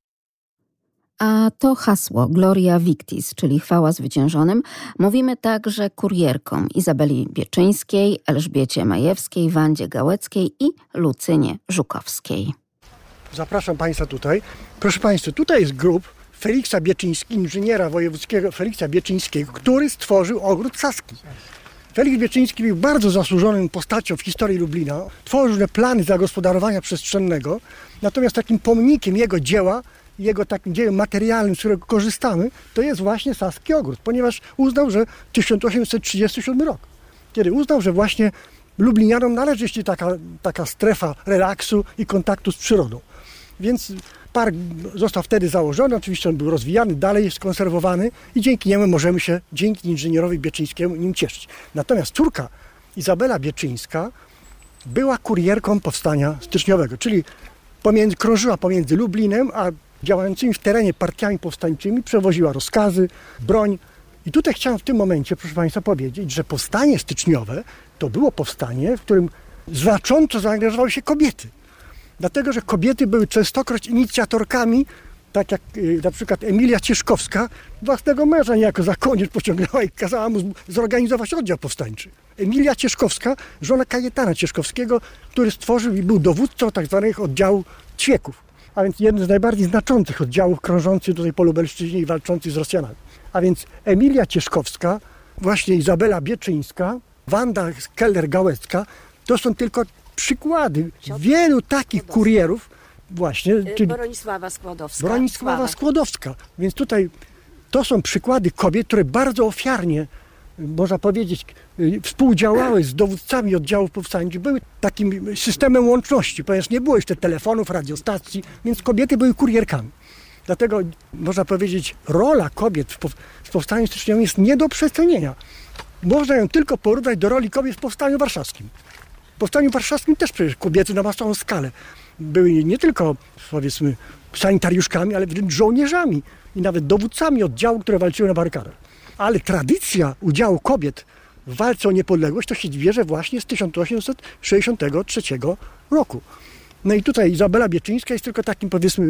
A to hasło Gloria Victis, czyli chwała zwyciężonym, mówimy także kurierkom Izabeli Bieczyńskiej, Elżbiecie Majewskiej, Wandzie Gałeckiej i Lucynie Żukowskiej. Zapraszam Państwa tutaj. Proszę Państwa, tutaj jest grób Feliksa Bieczyńskiego, inżyniera wojewódzkiego Feliksa Bieczyńskiego, który stworzył ogród Saski. Feliks Bieczyński był bardzo zasłużoną postacią w historii Lublina. Tworzył różne plany zagospodarowania przestrzennego, natomiast takim pomnikiem jego dzieła, jego takim dziełem materialnym, z którego korzystamy, to jest właśnie Saski Ogród, ponieważ uznał, że tysiąc osiemset trzydziesty siódmy rok, kiedy uznał, że właśnie Lublinianom należy się taka, taka strefa relaksu i kontaktu z przyrodą. Więc park został wtedy założony, oczywiście on był rozwijany, dalej jest skonserwowany i dzięki niemu możemy się, dzięki inżynierowi Bieczyńskiemu, nim cieszyć. Natomiast córka Izabela Bieczyńska była kurierką powstania styczniowego, czyli pomiędzy, krążyła pomiędzy Lublinem a działającymi w terenie partiami powstańczymi, przewoziła rozkazy, broń. I tutaj chciałem w tym momencie, proszę Państwa, powiedzieć, że powstanie styczniowe to było powstanie, w którym znacząco zaangażowały się kobiety. Dlatego, że kobiety były częstokroć inicjatorkami, tak jak y, na przykład Emilia Cieszkowska, własnego męża niejako za koniec pociągnęła i kazała mu zorganizować oddział powstańczy. Emilia Cieszkowska, żona Kajetana Cieszkowskiego, który stworzył i był dowódcą tak zwanych oddziałów ćwieków, a więc jeden z najbardziej znaczących oddziałów krążących tutaj po Lubelszczyźnie i walczących z Rosjanami. A więc Emilia Cieszkowska, właśnie Izabela Bieczyńska, Wanda Keller-Gałecka, to są tylko przykłady wielu takich kurierów właśnie. Czyli Bronisława Skłodowska. Bronisława Skłodowska. Więc tutaj to są przykłady kobiet, które bardzo ofiarnie, można powiedzieć, współdziałały z dowódcami oddziałów powstańczych. Były takim systemem łączności, ponieważ nie było jeszcze telefonów, radiostacji, więc kobiety były kurierkami. Dlatego można powiedzieć, rola kobiet w powstaniu styczniowym jest nie do przecenienia. Można ją tylko porównać do roli kobiet w powstaniu warszawskim. W powstaniu warszawskim też przecież kobiety na masową skalę były nie tylko, powiedzmy, sanitariuszkami, ale wręcz żołnierzami i nawet dowódcami oddziałów, które walczyły na barykadach. Ale tradycja udziału kobiet w walce o niepodległość to się bierze właśnie z tysiąc osiemset sześćdziesiątego trzeciego roku. No i tutaj Izabela Bieczyńska jest tylko takim, powiedzmy,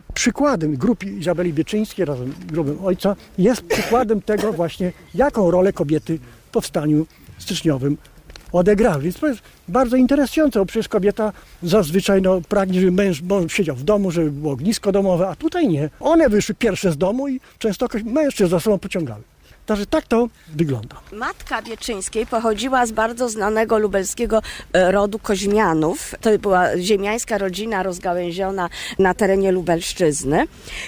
przykładem grupy Izabeli Wieczyńskiej razem z grobem ojca, jest przykładem tego właśnie, jaką rolę kobiety w powstaniu styczniowym odegrały. Więc to jest bardzo interesujące, bo przecież kobieta zazwyczaj no, pragnie, żeby męż, mąż siedział w domu, żeby było ognisko domowe, a tutaj nie. One wyszły pierwsze z domu i często mężczyzn za sobą pociągały. Także tak to wygląda. Matka Wieczyńskiej pochodziła z bardzo znanego lubelskiego rodu Koźmianów. To była ziemiańska rodzina rozgałęziona na terenie Lubelszczyzny.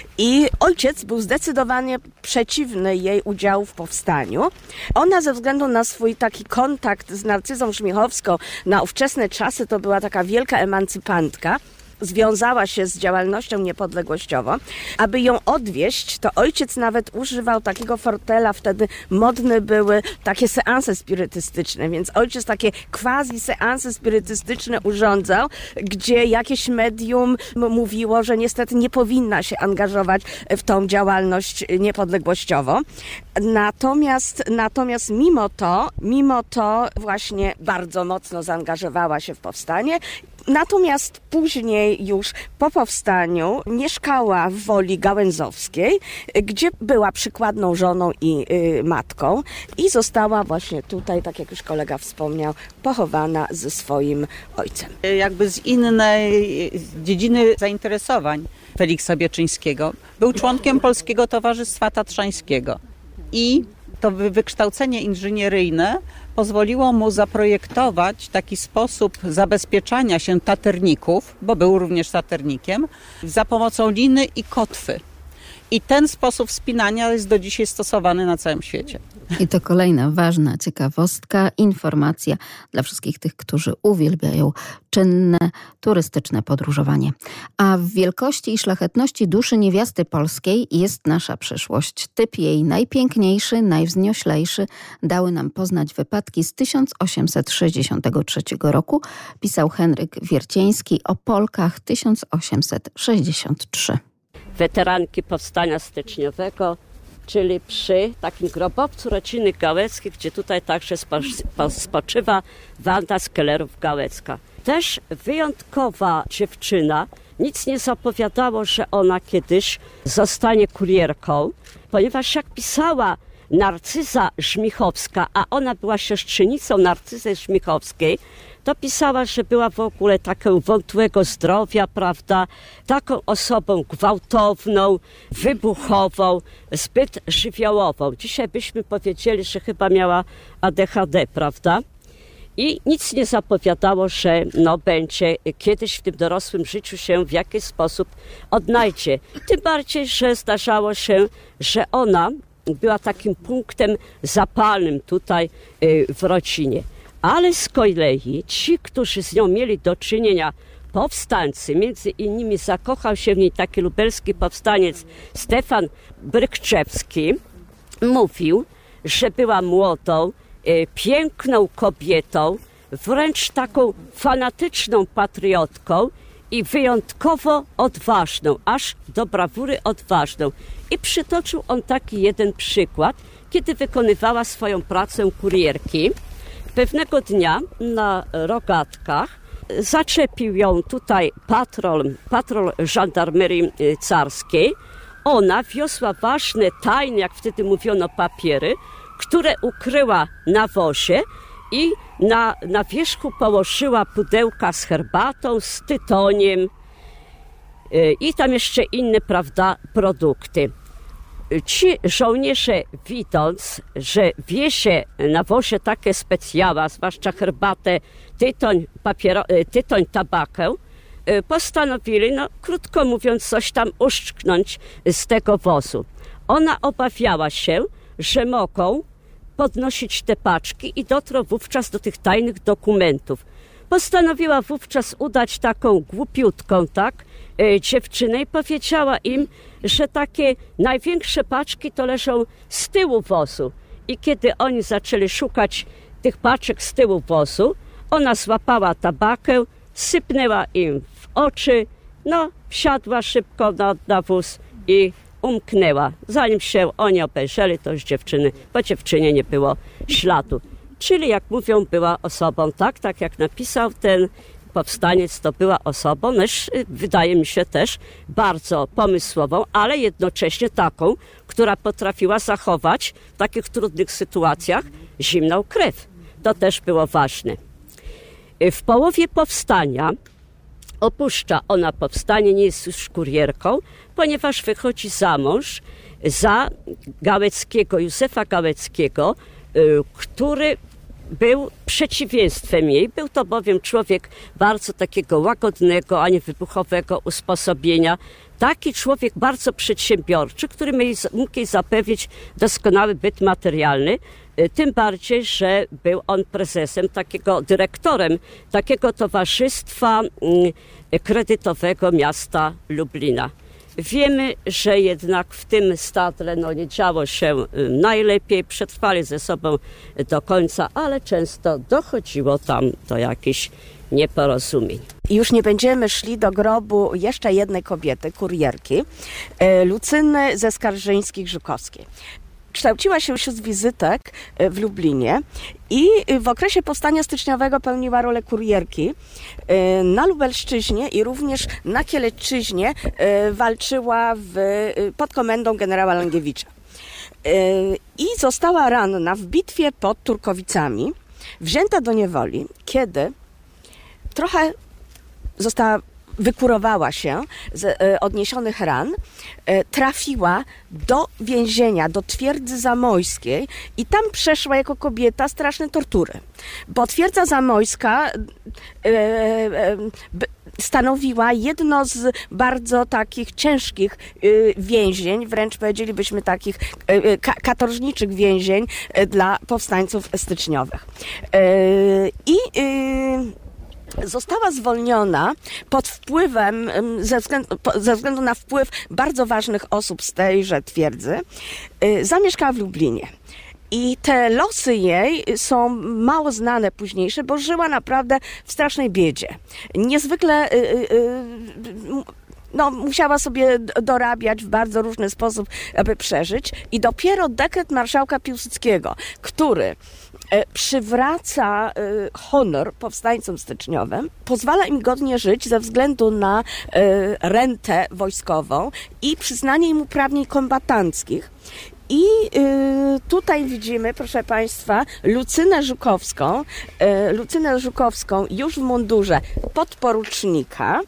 I ojciec był zdecydowanie przeciwny jej udziału w powstaniu. Ona ze względu na swój taki kontakt z Narcyzą Żmichowską na ówczesne czasy to była taka wielka emancypantka. Związała się z działalnością niepodległościową. Aby ją odwieźć, to ojciec nawet używał takiego fortela, wtedy modne były takie seanse spirytystyczne, więc ojciec takie quasi seanse spirytystyczne urządzał, gdzie jakieś medium mówiło, że niestety nie powinna się angażować w tą działalność niepodległościową. Natomiast, natomiast mimo to, mimo to właśnie bardzo mocno zaangażowała się w powstanie. Natomiast później już po powstaniu mieszkała w Woli Gałęzowskiej, gdzie była przykładną żoną i y, matką i została właśnie tutaj, tak jak już kolega wspomniał, pochowana ze swoim ojcem. Jakby z innej dziedziny zainteresowań Feliksa Wieczyńskiego. Był członkiem Polskiego Towarzystwa Tatrzańskiego i to wykształcenie inżynieryjne pozwoliło mu zaprojektować taki sposób zabezpieczania się taterników, bo był również taternikiem, za pomocą liny i kotwy. I ten sposób wspinania jest do dzisiaj stosowany na całym świecie. I to kolejna ważna ciekawostka, informacja dla wszystkich tych, którzy uwielbiają czynne, turystyczne podróżowanie. A w wielkości i szlachetności duszy niewiasty polskiej jest nasza przyszłość. Typ jej najpiękniejszy, najwznioślejszy dały nam poznać wypadki z tysiąc osiemset sześćdziesiątego trzeciego roku. Pisał Henryk Wiercieński o Polkach tysiąc osiemset sześćdziesiąt trzy. Weteranki powstania styczniowego, czyli przy takim grobowcu rodziny Gałeckich, gdzie tutaj także spo, spoczywa Wanda Skelerów-Gałecka. Też wyjątkowa dziewczyna, nic nie zapowiadało, że ona kiedyś zostanie kurierką, ponieważ jak pisała Narcyza Żmichowska, a ona była siostrzenicą Narcyzy Żmichowskiej, to pisała, że była w ogóle taką wątłego zdrowia, prawda, taką osobą gwałtowną, wybuchową, zbyt żywiołową. Dzisiaj byśmy powiedzieli, że chyba miała A D H D, prawda? I nic nie zapowiadało, że no, będzie kiedyś w tym dorosłym życiu się w jakiś sposób odnajdzie. Tym bardziej, że zdarzało się, że ona była takim punktem zapalnym tutaj w rodzinie. Ale z kolei ci, którzy z nią mieli do czynienia, powstańcy, między innymi zakochał się w niej taki lubelski powstaniec Stefan Brykczewski, mówił, że była młodą, piękną kobietą, wręcz taką fanatyczną patriotką i wyjątkowo odważną, aż do brawury odważną. I przytoczył on taki jeden przykład, kiedy wykonywała swoją pracę kurierki. Pewnego dnia na Rogatkach zaczepił ją tutaj patrol, patrol żandarmerii carskiej. Ona wiosła ważne, tajne, jak wtedy mówiono, papiery, które ukryła na wozie i na, na wierzchu położyła pudełka z herbatą, z tytoniem yy, i tam jeszcze inne, prawda, produkty. Ci żołnierze, widząc, że wiezie na wozie takie specjała, zwłaszcza herbatę, tytoń, papiero, tytoń, tabakę, postanowili, no krótko mówiąc, coś tam uszczknąć z tego wozu. Ona obawiała się, że mogą podnosić te paczki i dotrą wówczas do tych tajnych dokumentów. Postanowiła wówczas udać taką głupiutką, tak, e, dziewczynę i powiedziała im, że takie największe paczki to leżą z tyłu wozu. I kiedy oni zaczęli szukać tych paczek z tyłu wozu, ona złapała tabakę, sypnęła im w oczy, no wsiadła szybko na, na wóz i umknęła. Zanim się oni obejrzeli, to już dziewczyny, po dziewczynie nie było śladu. Czyli jak mówią, była osobą, tak, tak jak napisał ten powstaniec to była osobą, wydaje mi się też bardzo pomysłową, ale jednocześnie taką, która potrafiła zachować w takich trudnych sytuacjach zimną krew. To też było ważne. W połowie powstania opuszcza ona powstanie, nie jest już kurierką, ponieważ wychodzi za mąż za Gałeckiego, Józefa Gałeckiego, który był przeciwieństwem jej. Był to bowiem człowiek bardzo takiego łagodnego, a nie wybuchowego usposobienia. Taki człowiek bardzo przedsiębiorczy, który mógł jej zapewnić doskonały byt materialny. Tym bardziej, że był on prezesem, takiego dyrektorem takiego towarzystwa kredytowego miasta Lublina. Wiemy, że jednak w tym stadle no, nie działo się najlepiej, przetrwali ze sobą do końca, ale często dochodziło tam do jakichś nieporozumień. I już nie będziemy szli do grobu jeszcze jednej kobiety, kurierki, Lucyny ze Skarżyńskich-Żukowskiej. Kształciła się wśród wizytek w Lublinie i w okresie powstania styczniowego pełniła rolę kurierki. Na Lubelszczyźnie i również na Kielecczyźnie walczyła w, pod komendą generała Langiewicza. I została ranna w bitwie pod Turkowicami, wzięta do niewoli, kiedy trochę została wykurowała się z e, odniesionych ran, e, trafiła do więzienia, do Twierdzy Zamojskiej i tam przeszła jako kobieta straszne tortury. Bo Twierdza Zamojska e, e, b, stanowiła jedno z bardzo takich ciężkich e, więzień, wręcz powiedzielibyśmy takich e, ka, katorżniczych więzień e, dla powstańców styczniowych. E, I e, Została zwolniona pod wpływem, ze względu, ze względu na wpływ bardzo ważnych osób z tejże twierdzy. Zamieszkała w Lublinie. I te losy jej są mało znane późniejsze, bo żyła naprawdę w strasznej biedzie. Niezwykle no, musiała sobie dorabiać w bardzo różny sposób, aby przeżyć. I dopiero dekret marszałka Piłsudskiego, który przywraca honor powstańcom styczniowym, pozwala im godnie żyć ze względu na rentę wojskową i przyznanie im uprawnień kombatanckich. I y, tutaj widzimy, proszę Państwa, Lucynę Żukowską, y, Lucynę Żukowską już w mundurze podporucznika,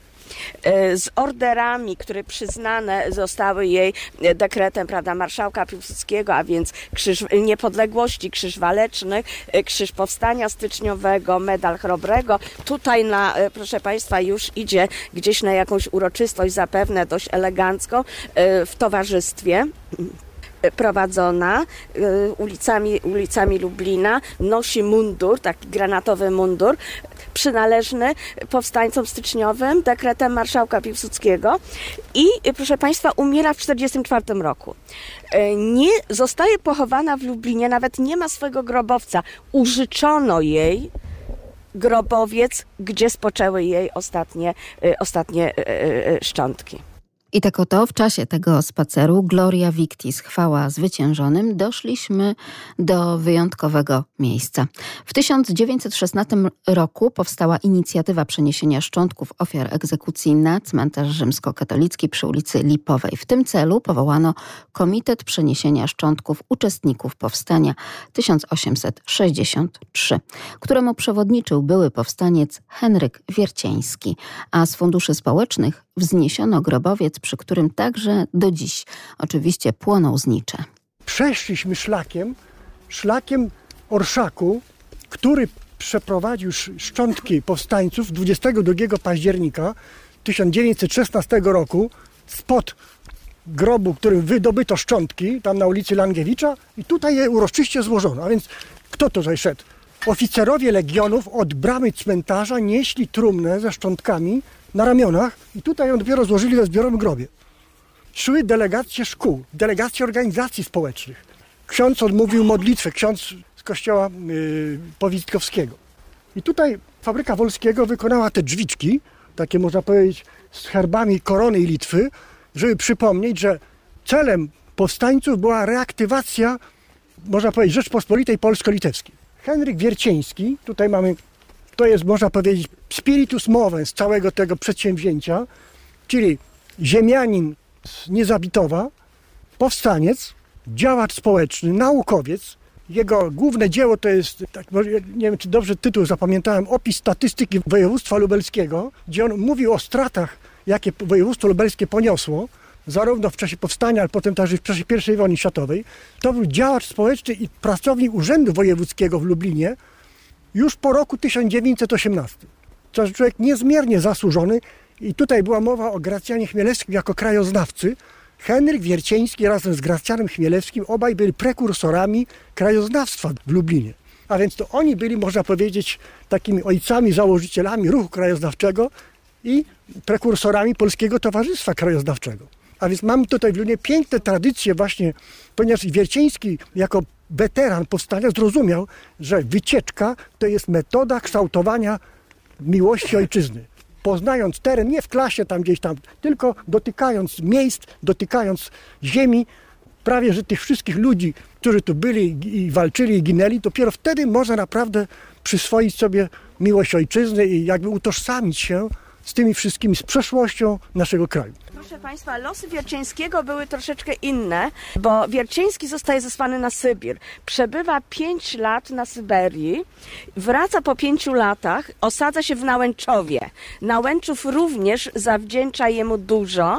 z orderami, które przyznane zostały jej dekretem, prawda, marszałka Piłsudskiego, a więc Krzyż Niepodległości, Krzyż Waleczny, Krzyż Powstania Styczniowego, Medal Chrobrego. Tutaj na, proszę Państwa, już idzie gdzieś na jakąś uroczystość, zapewne dość elegancką, w towarzystwie prowadzona ulicami, ulicami Lublina, nosi mundur, taki granatowy mundur, przynależny powstańcom styczniowym dekretem marszałka Piłsudskiego i, proszę Państwa, umiera w czterdziestym czwartym roku. Nie zostaje pochowana w Lublinie, nawet nie ma swojego grobowca. Użyczono jej grobowiec, gdzie spoczęły jej ostatnie, ostatnie szczątki. I tak oto w czasie tego spaceru Gloria Victis, chwała zwyciężonym, doszliśmy do wyjątkowego miejsca. W tysiąc dziewięćset szesnastym roku powstała inicjatywa przeniesienia szczątków ofiar egzekucji na cmentarz rzymskokatolicki przy ulicy Lipowej. W tym celu powołano Komitet Przeniesienia Szczątków Uczestników Powstania tysiąc osiemset sześćdziesiąt trzy, któremu przewodniczył były powstaniec Henryk Wiercieński, a z funduszy społecznych wzniesiono grobowiec, przy którym także do dziś oczywiście płoną znicze. Przeszliśmy szlakiem, szlakiem orszaku, który przeprowadził szczątki powstańców dwudziestego drugiego października tysiąc dziewięćset szesnastego roku spod grobu, którym wydobyto szczątki, tam na ulicy Langiewicza i tutaj je uroczyście złożono. A więc kto tutaj szedł? Oficerowie legionów od bramy cmentarza nieśli trumnę ze szczątkami na ramionach i tutaj ją dopiero złożyli we zbiorowym grobie. Szły delegacje szkół, delegacje organizacji społecznych. Ksiądz odmówił modlitwę, ksiądz z kościoła yy, Powitkowskiego. I tutaj fabryka Wolskiego wykonała te drzwiczki, takie można powiedzieć z herbami korony i Litwy, żeby przypomnieć, że celem powstańców była reaktywacja, można powiedzieć, Rzeczpospolitej Polsko-Litewskiej. Henryk Wiercieński, tutaj mamy to jest, można powiedzieć, spiritus movens całego tego przedsięwzięcia, czyli ziemianin z Niezabitowa, powstaniec, działacz społeczny, naukowiec. Jego główne dzieło to jest, tak, nie wiem czy dobrze tytuł zapamiętałem, opis statystyki województwa lubelskiego, gdzie on mówił o stratach, jakie województwo lubelskie poniosło, zarówno w czasie powstania, ale potem także w czasie pierwszej wojny światowej. To był działacz społeczny i pracownik Urzędu Wojewódzkiego w Lublinie już po roku tysiąc dziewięćset osiemnastym. To człowiek niezmiernie zasłużony i tutaj była mowa o Gracjanie Chmielewskim jako krajoznawcy. Henryk Wiercieński razem z Gracjanem Chmielewskim obaj byli prekursorami krajoznawstwa w Lublinie. A więc to oni byli, można powiedzieć, takimi ojcami, założycielami ruchu krajoznawczego i prekursorami Polskiego Towarzystwa Krajoznawczego. A więc mamy tutaj w Lublinie piękne tradycje właśnie, ponieważ Wiercieński jako weteran powstania zrozumiał, że wycieczka to jest metoda kształtowania miłości ojczyzny. Poznając teren, nie w klasie tam gdzieś tam, tylko dotykając miejsc, dotykając ziemi, prawie że tych wszystkich ludzi, którzy tu byli i walczyli i ginęli, dopiero wtedy można naprawdę przyswoić sobie miłość ojczyzny i jakby utożsamić się z tymi wszystkimi, z przeszłością naszego kraju. Proszę Państwa, losy Wiercieńskiego były troszeczkę inne, bo Wiercieński zostaje zesłany na Sybir. Przebywa pięć lat na Syberii, wraca po pięciu latach, osadza się w Nałęczowie. Nałęczów również zawdzięcza jemu dużo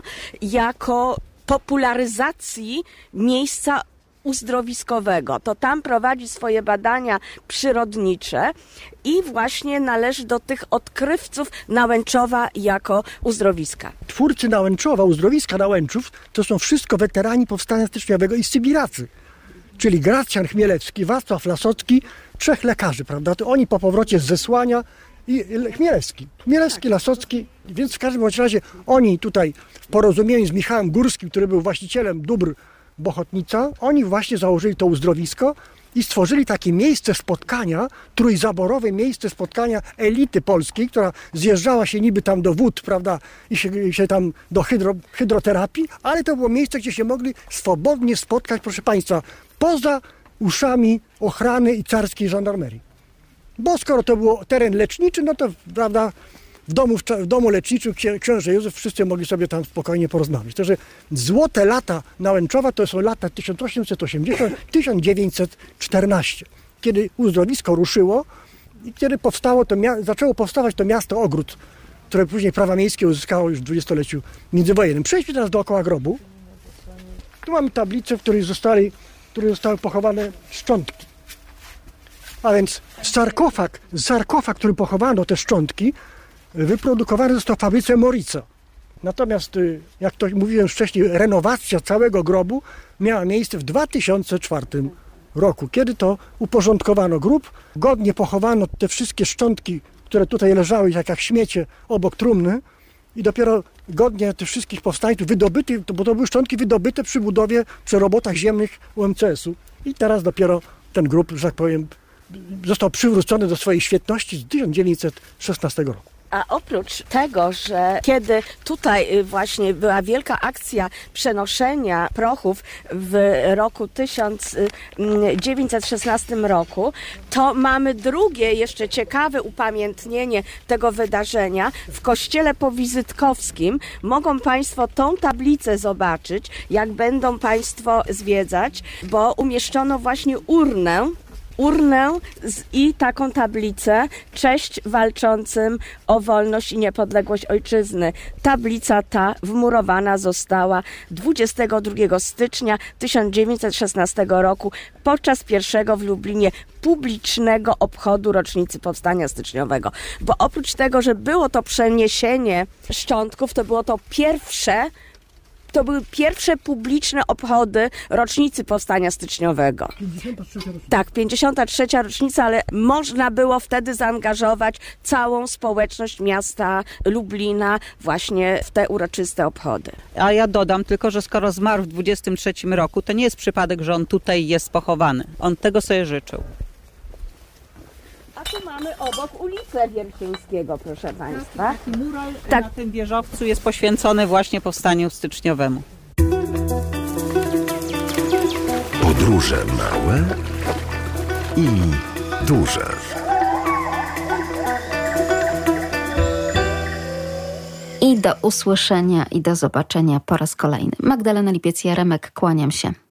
jako popularyzacji miejsca uzdrowiskowego. To tam prowadzi swoje badania przyrodnicze i właśnie należy do tych odkrywców Nałęczowa jako uzdrowiska. Twórcy Nałęczowa, uzdrowiska Nałęczów, to są wszystko weterani powstania styczniowego i Sybiracy. Czyli Gracjan Chmielewski, Wacław Lasocki, trzech lekarzy, prawda? To oni po powrocie z zesłania i Chmielewski. Chmielewski, Lasocki, więc w każdym razie oni tutaj w porozumieniu z Michałem Górskim, który był właścicielem dóbr Bochotnica, oni właśnie założyli to uzdrowisko i stworzyli takie miejsce spotkania, trójzaborowe miejsce spotkania elity polskiej, która zjeżdżała się niby tam do wód, prawda, i się, i się tam do hydro, hydroterapii, ale to było miejsce, gdzie się mogli swobodnie spotkać, proszę Państwa, poza uszami ochrany i carskiej żandarmerii. Bo skoro to był teren leczniczy, no to, prawda, w domu, w domu leczniczym książę Józef wszyscy mogli sobie tam spokojnie porozmawiać. Także złote lata Nałęczowa to są lata tysiąc osiemset osiemdziesiąt do tysiąc dziewięćset czternastego, kiedy uzdrowisko ruszyło i kiedy powstało to, zaczęło powstawać to miasto Ogród, które później prawa miejskie uzyskało już w dwudziestoleciu międzywojennym. Przejdźmy teraz dookoła grobu. Tu mamy tablicę, w której zostali, w której zostały pochowane szczątki. A więc sarkofag, sarkofag, który pochowano te szczątki, wyprodukowany został w fabryce Morica. Natomiast, jak to mówiłem wcześniej, renowacja całego grobu miała miejsce w dwa tysiące czwartym roku, kiedy to uporządkowano grób, godnie pochowano te wszystkie szczątki, które tutaj leżały jak, jak śmiecie obok trumny i dopiero godnie tych wszystkich powstańców wydobytych, bo to były szczątki wydobyte przy budowie, przy robotach ziemnych U M C S-u. I teraz dopiero ten grób, że tak powiem, został przywrócony do swojej świetności z tysiąc dziewięćset szesnastego roku. A oprócz tego, że kiedy tutaj właśnie była wielka akcja przenoszenia prochów w roku tysiąc dziewięćset szesnastym roku, to mamy drugie jeszcze ciekawe upamiętnienie tego wydarzenia w kościele powizytkowskim. Mogą Państwo tą tablicę zobaczyć, jak będą Państwo zwiedzać, bo umieszczono właśnie urnę, urnę i taką tablicę cześć walczącym o wolność i niepodległość ojczyzny. Tablica ta wmurowana została dwudziestego drugiego stycznia tysiąc dziewięćset szesnastego roku podczas pierwszego w Lublinie publicznego obchodu rocznicy Powstania Styczniowego. Bo oprócz tego, że było to przeniesienie szczątków, to było to pierwsze To były pierwsze publiczne obchody rocznicy Powstania Styczniowego. pięćdziesiąta trzecia rocznica. Tak, pięćdziesiąta trzecia rocznica, ale można było wtedy zaangażować całą społeczność miasta Lublina właśnie w te uroczyste obchody. A ja dodam tylko, że skoro zmarł w dwudziestym trzecim roku, to nie jest przypadek, że on tutaj jest pochowany. On tego sobie życzył. A tu mamy obok ulicę Wiercieńskiego, proszę Państwa. Taki mural Tak. na tym wieżowcu jest poświęcony właśnie Powstaniu Styczniowemu. Podróże małe i duże. Do usłyszenia i do zobaczenia po raz kolejny. Magdalena Lipiec-Jaremek, kłaniam się.